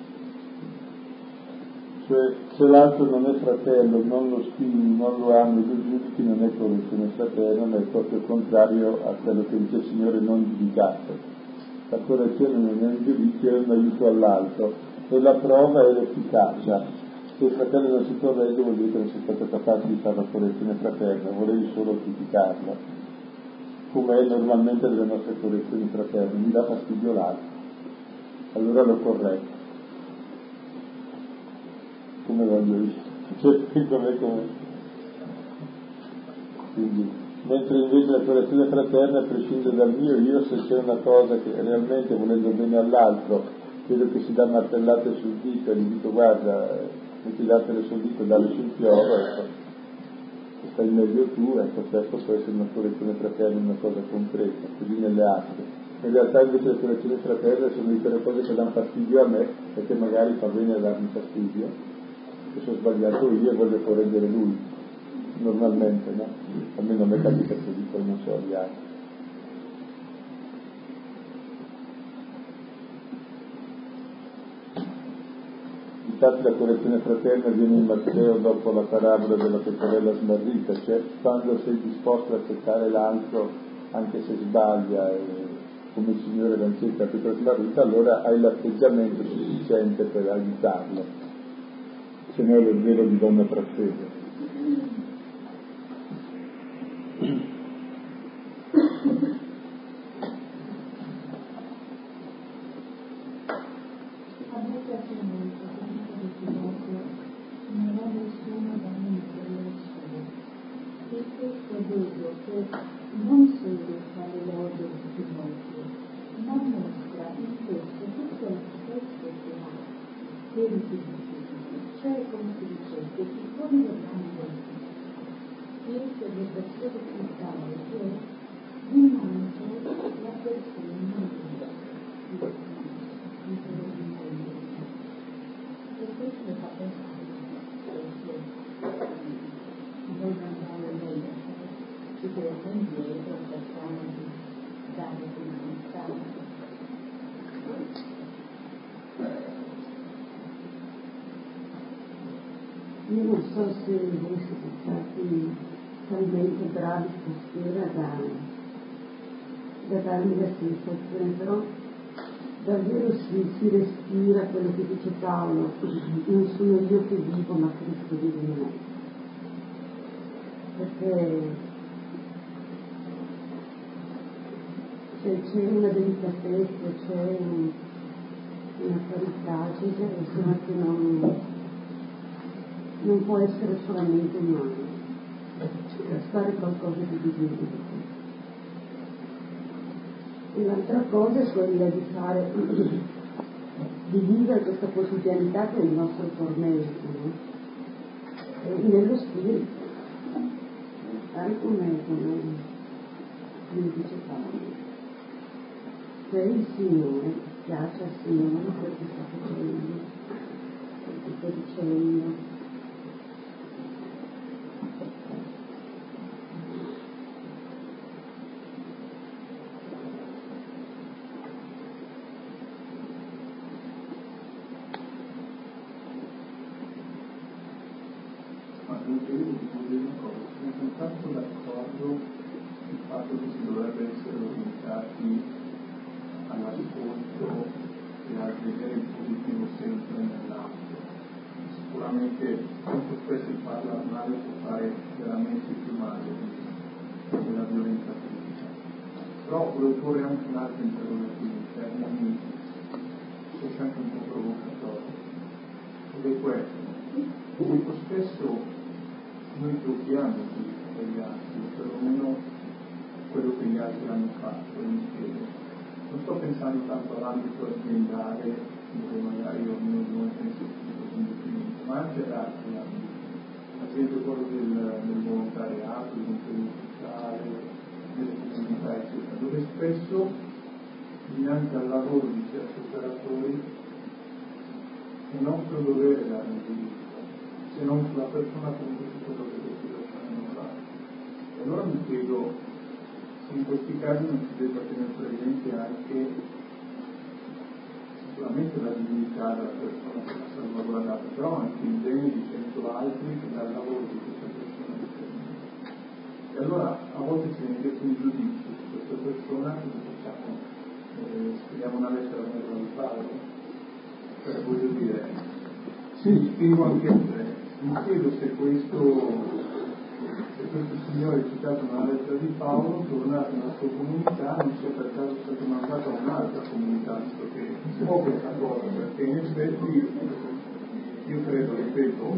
Cioè, se l'altro non è fratello, non lo stimi, non lo ami, lo giudichi, non è correzione fraterna, ma è proprio contrario a quello che dice il Signore, non giudicate. La correzione non è un giudizio, è un aiuto all'altro, e la prova è l'efficacia. Se il fratello non si corregge vuol dire che non sei stato capace di fare la correzione fraterna, volevi solo criticarlo. come è normalmente nelle nostre correzioni fraterne, mi dà fastidio l'altro, allora lo correggo, come voglio io, cioè come. Quindi, mentre invece la correzione fraterna prescinde dal io, se c'è una cosa che realmente, volendo bene all'altro, vedo che si dà martellate sul dito e gli dico guarda, metti datele sul dito, dalle sul fioro, ecco, stai meglio tu, ecco, questo può essere una correzione fraterna, una cosa concreta, così nelle altre. In realtà invece le correzioni fraterne sono di quelle cose che danno fastidio a me, perché magari fa bene a darmi fastidio, che sono sbagliato io e voglio correggere lui, normalmente, no? Almeno a me capita così, poi non so agli altri. Infatti la correzione fraterna viene in Matteo dopo la parabola della pecorella smarrita, cioè quando sei disposto ad accettare l'altro anche se sbaglia, come il Signore l'ha insegnato la pecora smarrita, allora hai l'atteggiamento sufficiente per aiutarlo, se no è il velo di donna trasfede. Non solo fa l'elogio di Timoteo, ma mostra in questo tutto l'aspetto che cioè come si dicesse, il siccome dobbiamo chiese le persone cristiane che rimane la persona e questo fa pensare noi andiamo meglio sicuramente indietro facciamo di dare una Io non so se voi siete stati talmente bravi stasera da darmi la sensazione, però davvero si respira quello che dice Paolo, non sono io che vivo ma Cristo vive in me, perché c'è una delicatezza, c'è una carità, c'è insomma che non può essere solamente umano, deve stare qualcosa di divino. E l'altra cosa è quella di fare, di vivere questa quotidianità con il nostro tormento, no? E nello spirito, stare come dice Paolo. Se il Signore piace al Signore quel che sta facendo, quel che sta dicendo. Sono tanto d'accordo sul fatto che si dovrebbe essere orientati all'ascolto e al vedere il positivo sempre nell'altro. Sicuramente molto spesso il parlare male può fare veramente più male della violenza fisica. Però volevo porre anche un altro interrogativo in termini forse anche un po' provocatori. Ed è questo. Molto spesso noi giochiamo con gli altri, perlomeno quello che gli altri hanno fatto, mi spiego. Non sto pensando tanto all'ambito aziendale, dove magari ognuno di noi pensa così infinito, ma anche ad altri ambiti. Ad esempio quello del volontariato, dell'impegno sociale, delle comunità, eccetera, dove spesso, dinanzi al lavoro di certi operatori, è nostro dovere dare un giudizio, se non sulla persona comunque su quello che questi lasciano fare. E allora mi chiedo se in questi casi non si debba tenere presente anche sicuramente la dignità della persona che va salvaguardata, però anche il bene di 100 altri che dal lavoro di questa persona dipende. E allora a volte se viene detto un giudizio su questa persona, cosa facciamo? Scriviamo una lettera a mezzo al padre? Voglio dire, sì, scrivo anche a te. Mi chiedo se questo Signore citato nella lettera di Paolo, tornate nella sua comunità, non sia per caso stato mandato a un'altra comunità, visto che si può questa cosa, perché in effetti io credo, ripeto,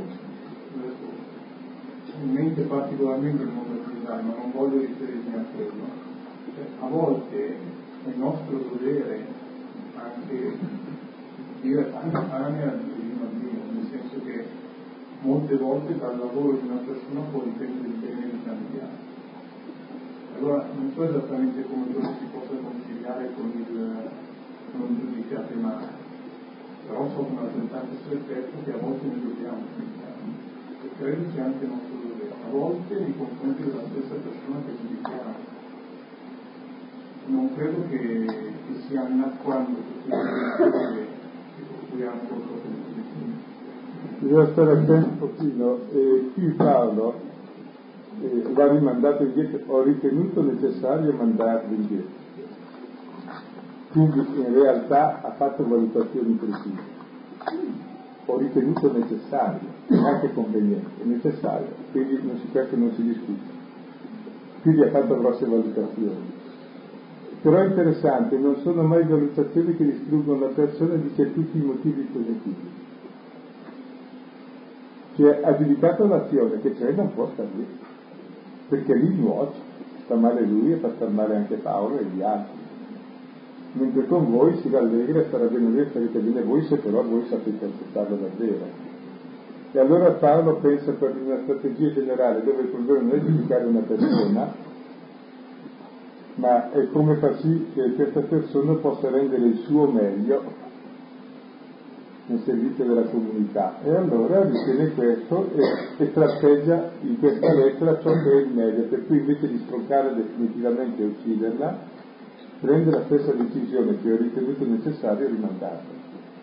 in mente particolarmente il mondo cristiano, ma non voglio riferirmi a quello. Cioè, a volte è nostro dovere anche dire anche al Dio, nel senso che molte volte dal lavoro di una persona può dipendere il bene di tanti altri. Allora non so esattamente come quello si possa conciliare con il non giudicate mai, però so con altrettanto certezza che a volte ne dobbiamo giudicare, e credo sia anche nostro dovere, a volte nei confronti della stessa persona che giudichiamo. Non credo che sia annacquando che costruiamo qualcosa di positivo. Bisogna stare attenti un pochino, qui Paolo va rimandato indietro, ho ritenuto necessario mandarvi indietro, quindi in realtà ha fatto valutazioni precise, ho ritenuto necessario, anche conveniente, necessario, quindi questo non si discute, quindi ha fatto grosse valutazioni. Però è interessante, non sono mai valutazioni che distruggono la persona, dice tutti i motivi positivi. Cioè ha giudicato l'azione che c'è, non può stare lì, perché lì nuoce, sta male lui e fa star male anche Paolo e gli altri. Mentre con voi si rallegra e sarà bene voi, farete bene voi, se però voi sapete accettarlo davvero. E allora Paolo pensa per una strategia generale dove il problema non è giudicare una persona, ma è come far sì che questa persona possa rendere il suo meglio nel servizio della comunità, e allora ritiene questo e tratteggia in questa lettera ciò che è il meglio, per cui invece di stroncare definitivamente e ucciderla, prende la stessa decisione che ho ritenuto necessario rimandarla.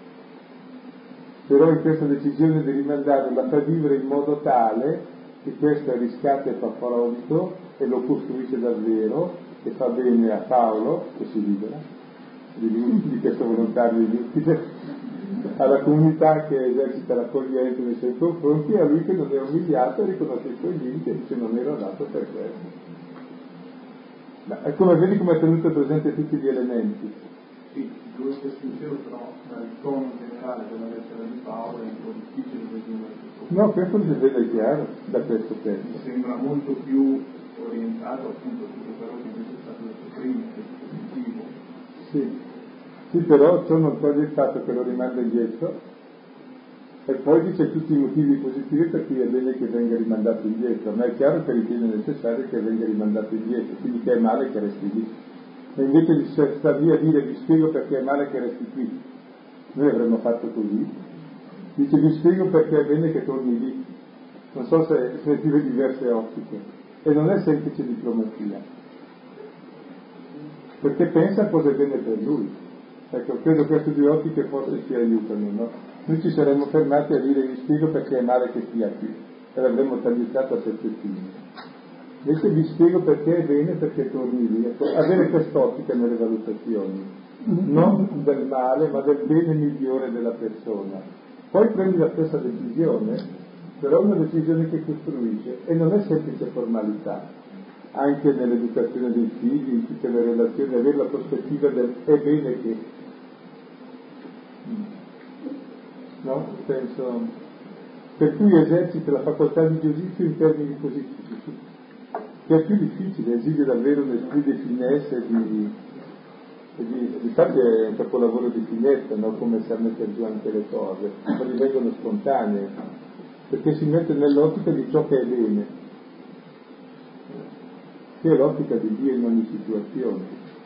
Però in questa decisione di rimandarla la fa vivere in modo tale che questa riscatta e fa frodicio e lo costruisce davvero e fa bene a Paolo, che si libera di questo volontario inutile, alla comunità che esercita l'accoglienza nei suoi confronti, e a lui che non è umiliato e riconosce i suoi limiti e dice non ero adatto per questo. Ma è come vedi come è tenuto presente tutti gli elementi. Sì, quello che sentivo però dal tono generale della lettera di Paolo è un po' difficile presumere tutto. No, questo si vede chiaro da questo testo. Mi sembra molto più orientato appunto a tutto quello che invece è stato detto prima, che è positivo. Sì, però ciò non toglie il fatto che lo rimanda indietro e poi dice tutti i motivi positivi per cui è bene che venga rimandato indietro, ma è chiaro che ritiene necessario che venga rimandato indietro, quindi che è male che resti lì. E invece di star lì a dire vi spiego perché è male che resti qui, noi avremmo fatto così, dice vi spiego perché è bene che torni lì. Non so se ne vive diverse ottiche, e non è semplice diplomazia, perché pensa a cosa è bene per lui. Ecco, credo che queste due ottiche forse ci aiutano, no? Noi ci saremmo fermati a dire vi spiego perché è male che stia qui, e l'avremmo tagliucato a pezzettini. Invece vi spiego perché è bene, perché torni lì. Ecco, avere quest'ottica nelle valutazioni, non del male, ma del bene migliore della persona. Poi prendi la stessa decisione, però è una decisione che costruisce, e non è semplice formalità. Anche nell'educazione dei figli, in tutte le relazioni, avere la prospettiva del è bene che, no? Penso, per cui esercita la facoltà di giudizio in termini positivi, che è più difficile, esige davvero un esprit di finesse e difatti è un capolavoro di finezza, no? Come sa mettere giù anche le cose, ma divengono spontanee, perché si mette nell'ottica di ciò che è bene, che è l'ottica di Dio in ogni situazione.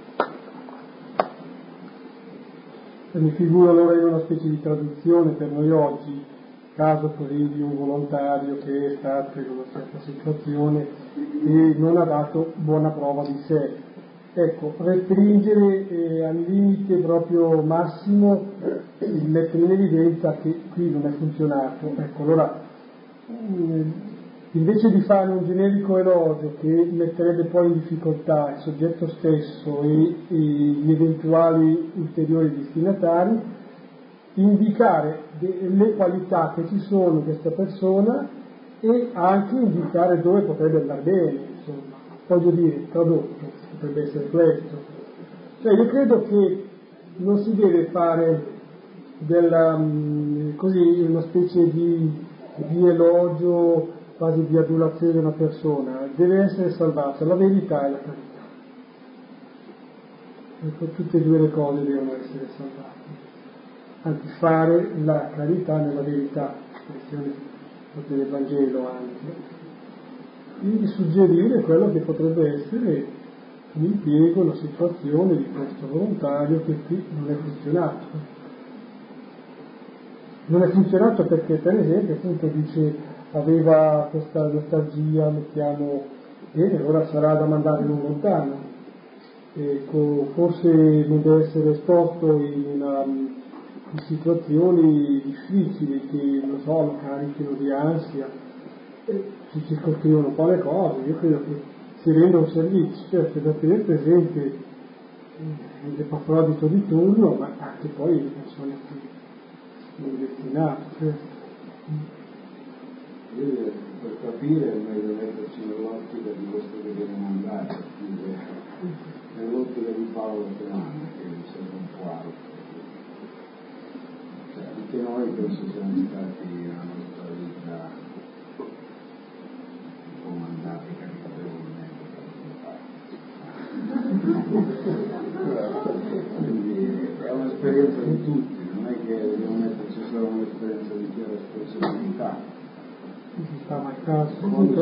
E mi figuro allora in una specie di traduzione per noi oggi, caso così di un volontario che è stato in una certa situazione e non ha dato buona prova di sé. Ecco, restringere al limite proprio massimo, mettere in evidenza che qui non è funzionato. Ecco, allora invece di fare un generico elogio che metterebbe poi in difficoltà il soggetto stesso e gli eventuali ulteriori destinatari, indicare le qualità che ci sono in questa persona e anche indicare dove potrebbe andare bene, insomma, voglio dire, tradotto, potrebbe essere questo. Cioè io credo che non si deve fare così una specie di elogio, quasi di adulazione di una persona, deve essere salvata la verità e la carità. Ecco, tutte e due le cose devono essere salvate. Anzi, fare la carità nella verità, espressione del Vangelo anche. Quindi suggerire quello che potrebbe essere un impiego, una situazione di questo volontario che qui non è funzionato. Non è funzionato perché, per esempio, appunto dice aveva questa nostalgia, mettiamo, bene, ora sarà da mandare non lontano. Ecco, forse non deve essere esposto in situazioni difficili che, non so, lo carichino di ansia, si circoscrivono un po' le cose. Io credo che si renda un servizio, certo, da tenere presente l'epafrodito di turno, ma anche poi le persone che sono destinate. Per capire è meglio metterci nell'ottica di questo che viene mandato, quindi nell'ottica di Paolo Ferrana, che mi sembra un po' alto. Cioè, anche noi penso siamo stati nella nostra vita un po' mandati caricatevolmente quindi è un'esperienza di tutti, non è che dobbiamo metterci solo un'esperienza di chiara responsabilità. Si sta mai caso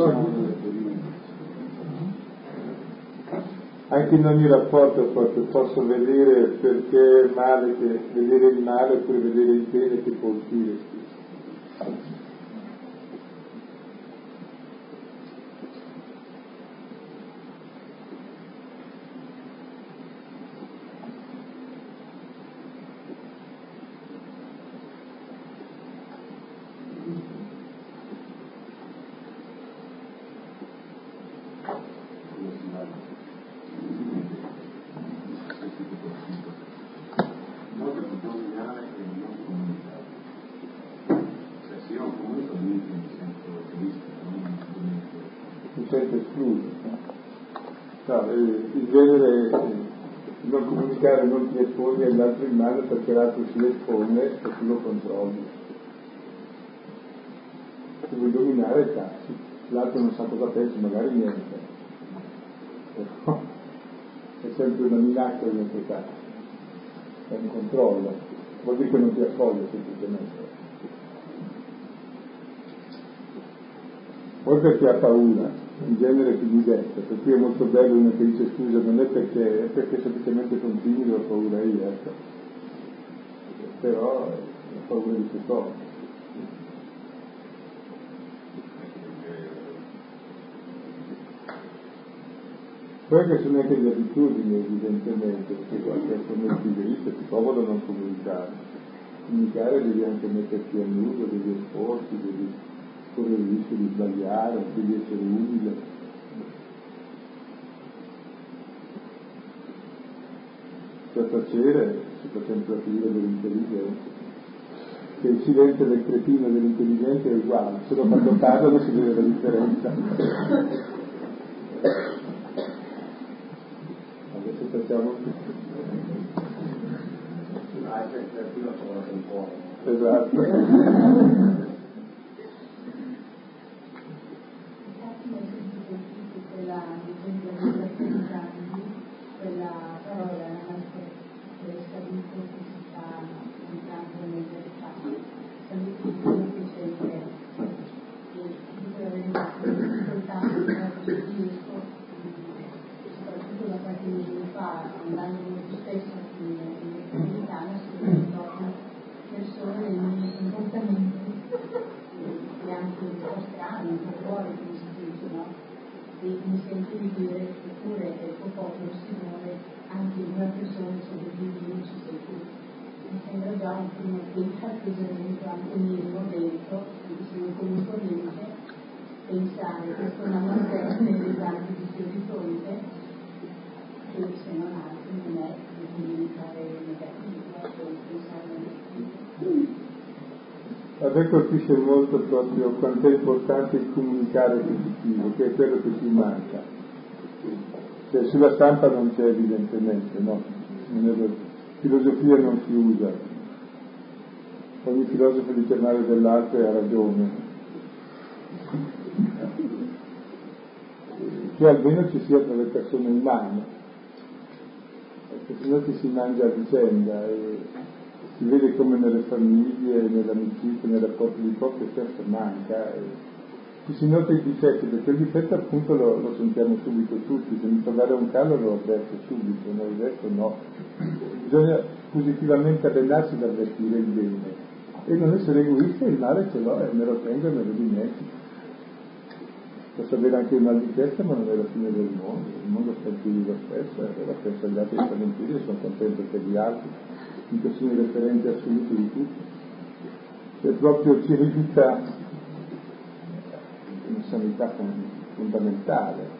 anche in ogni rapporto posso vedere perché è male, vedere il male oppure vedere il bene che può uscire. In genere non comunicare, non ti esponi all'altro in mano perché l'altro si espone e tu lo controlli. Se vuoi dominare tassi, l'altro non sa cosa pensi, magari niente, però è sempre una minaccia in questo caso, è un controllo, vuol dire che non ti accoglie semplicemente. Poi perché ha paura, in genere più di detto, per cui è molto bello uno che dice scusa, non è perché semplicemente sono timido, ho paura io, ecco. Però ho paura di che cosa. Poi che sono anche le abitudini evidentemente, perché qualche momento di vita ti comodo non comunicare. Comunicare devi anche metterti a nudo, devi esporti, devi correre il rischio di sbagliare, devi essere umile. Per tacere si fa sempre aprire dell'intelligenza. Che il silenzio del cretino e dell'intelligenza è uguale, solo quando parlano si vede la differenza. Adesso facciamo esatto. Quella parola questa di complicità entrando nel mercato, quindi dice che dico la verità, soltanto il riesco, soprattutto da qualche mese fa, andando molto spesso in americana, si vedono persone nei miei comportamenti e anche un po' strani, un po' fuori, come si dice, no? E mi sento di dire eppure è il tuo popolo Signore, anche in una persona sopra di Dio ci sei tu. Mi sembra già un primo atteggiamento anche mio dentro, quindi sono comunque mente pensare che con la morte nelle tante di Dio di fronte, che se non altro non è di comunicare negativo, pensare negativo. me colpisce molto proprio quanto è importante il comunicare positivo, che è quello che ci manca. Cioè, sulla stampa non c'è evidentemente, no? Filosofia non si usa. Ogni filosofo dice male dell'altro e ha ragione. Che almeno ci sia tra le persone umane, perché sennò ci si mangia a vicenda e si vede come nelle famiglie, nell'amicizia, nei rapporti di coppia questo manca. Ci si nota i difetti, perché il difetto appunto lo sentiamo subito tutti, se mi trovare un calo lo avverto subito, no? Il resto no. Bisogna positivamente allenarsi ad avvertire il bene e non essere egoista, il male ce l'ho e me lo tengo e me lo dimentico. Posso avere anche il mal di testa, ma non è la fine del mondo sta in piedi lo stesso, e allora penso agli altri che stanno in piedi e sono contento per gli altri, mica sono i referenti assoluti di tutti. Cioè proprio ci risulta una sanità fondamentale.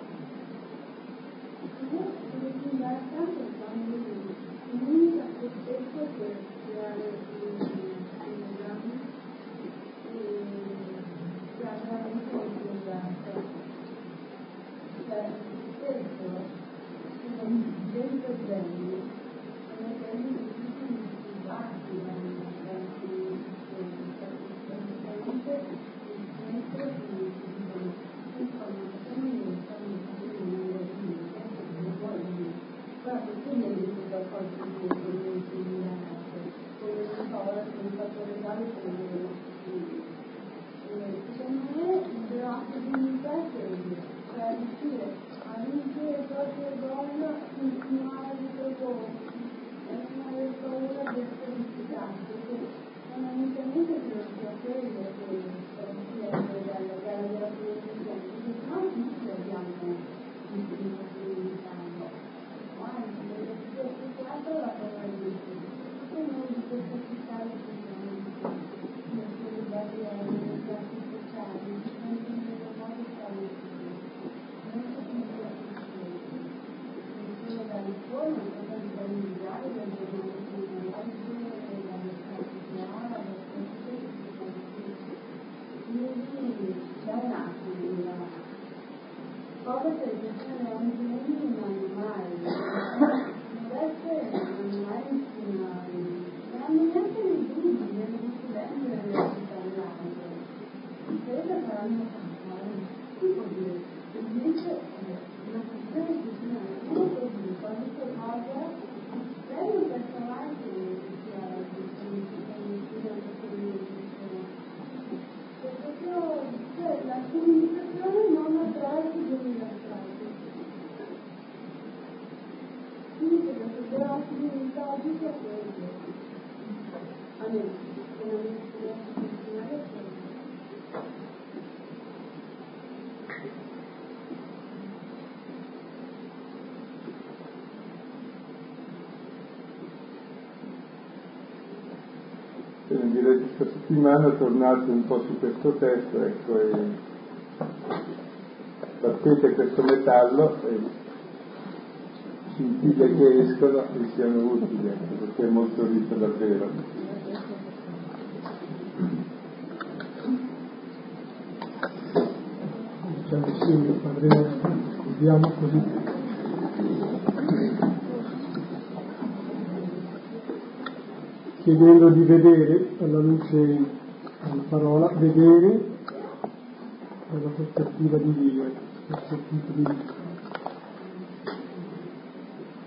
Direi che questa settimana tornate un po' su questo testo, ecco, e battete questo metallo e scintille che escono e siano utili, ecco, perché è molto ricco davvero. Diciamo sì, Padre nostro, vediamo così. Chiedendo di vedere alla luce della parola, vedere dalla prospettiva di Dio, questo tipo di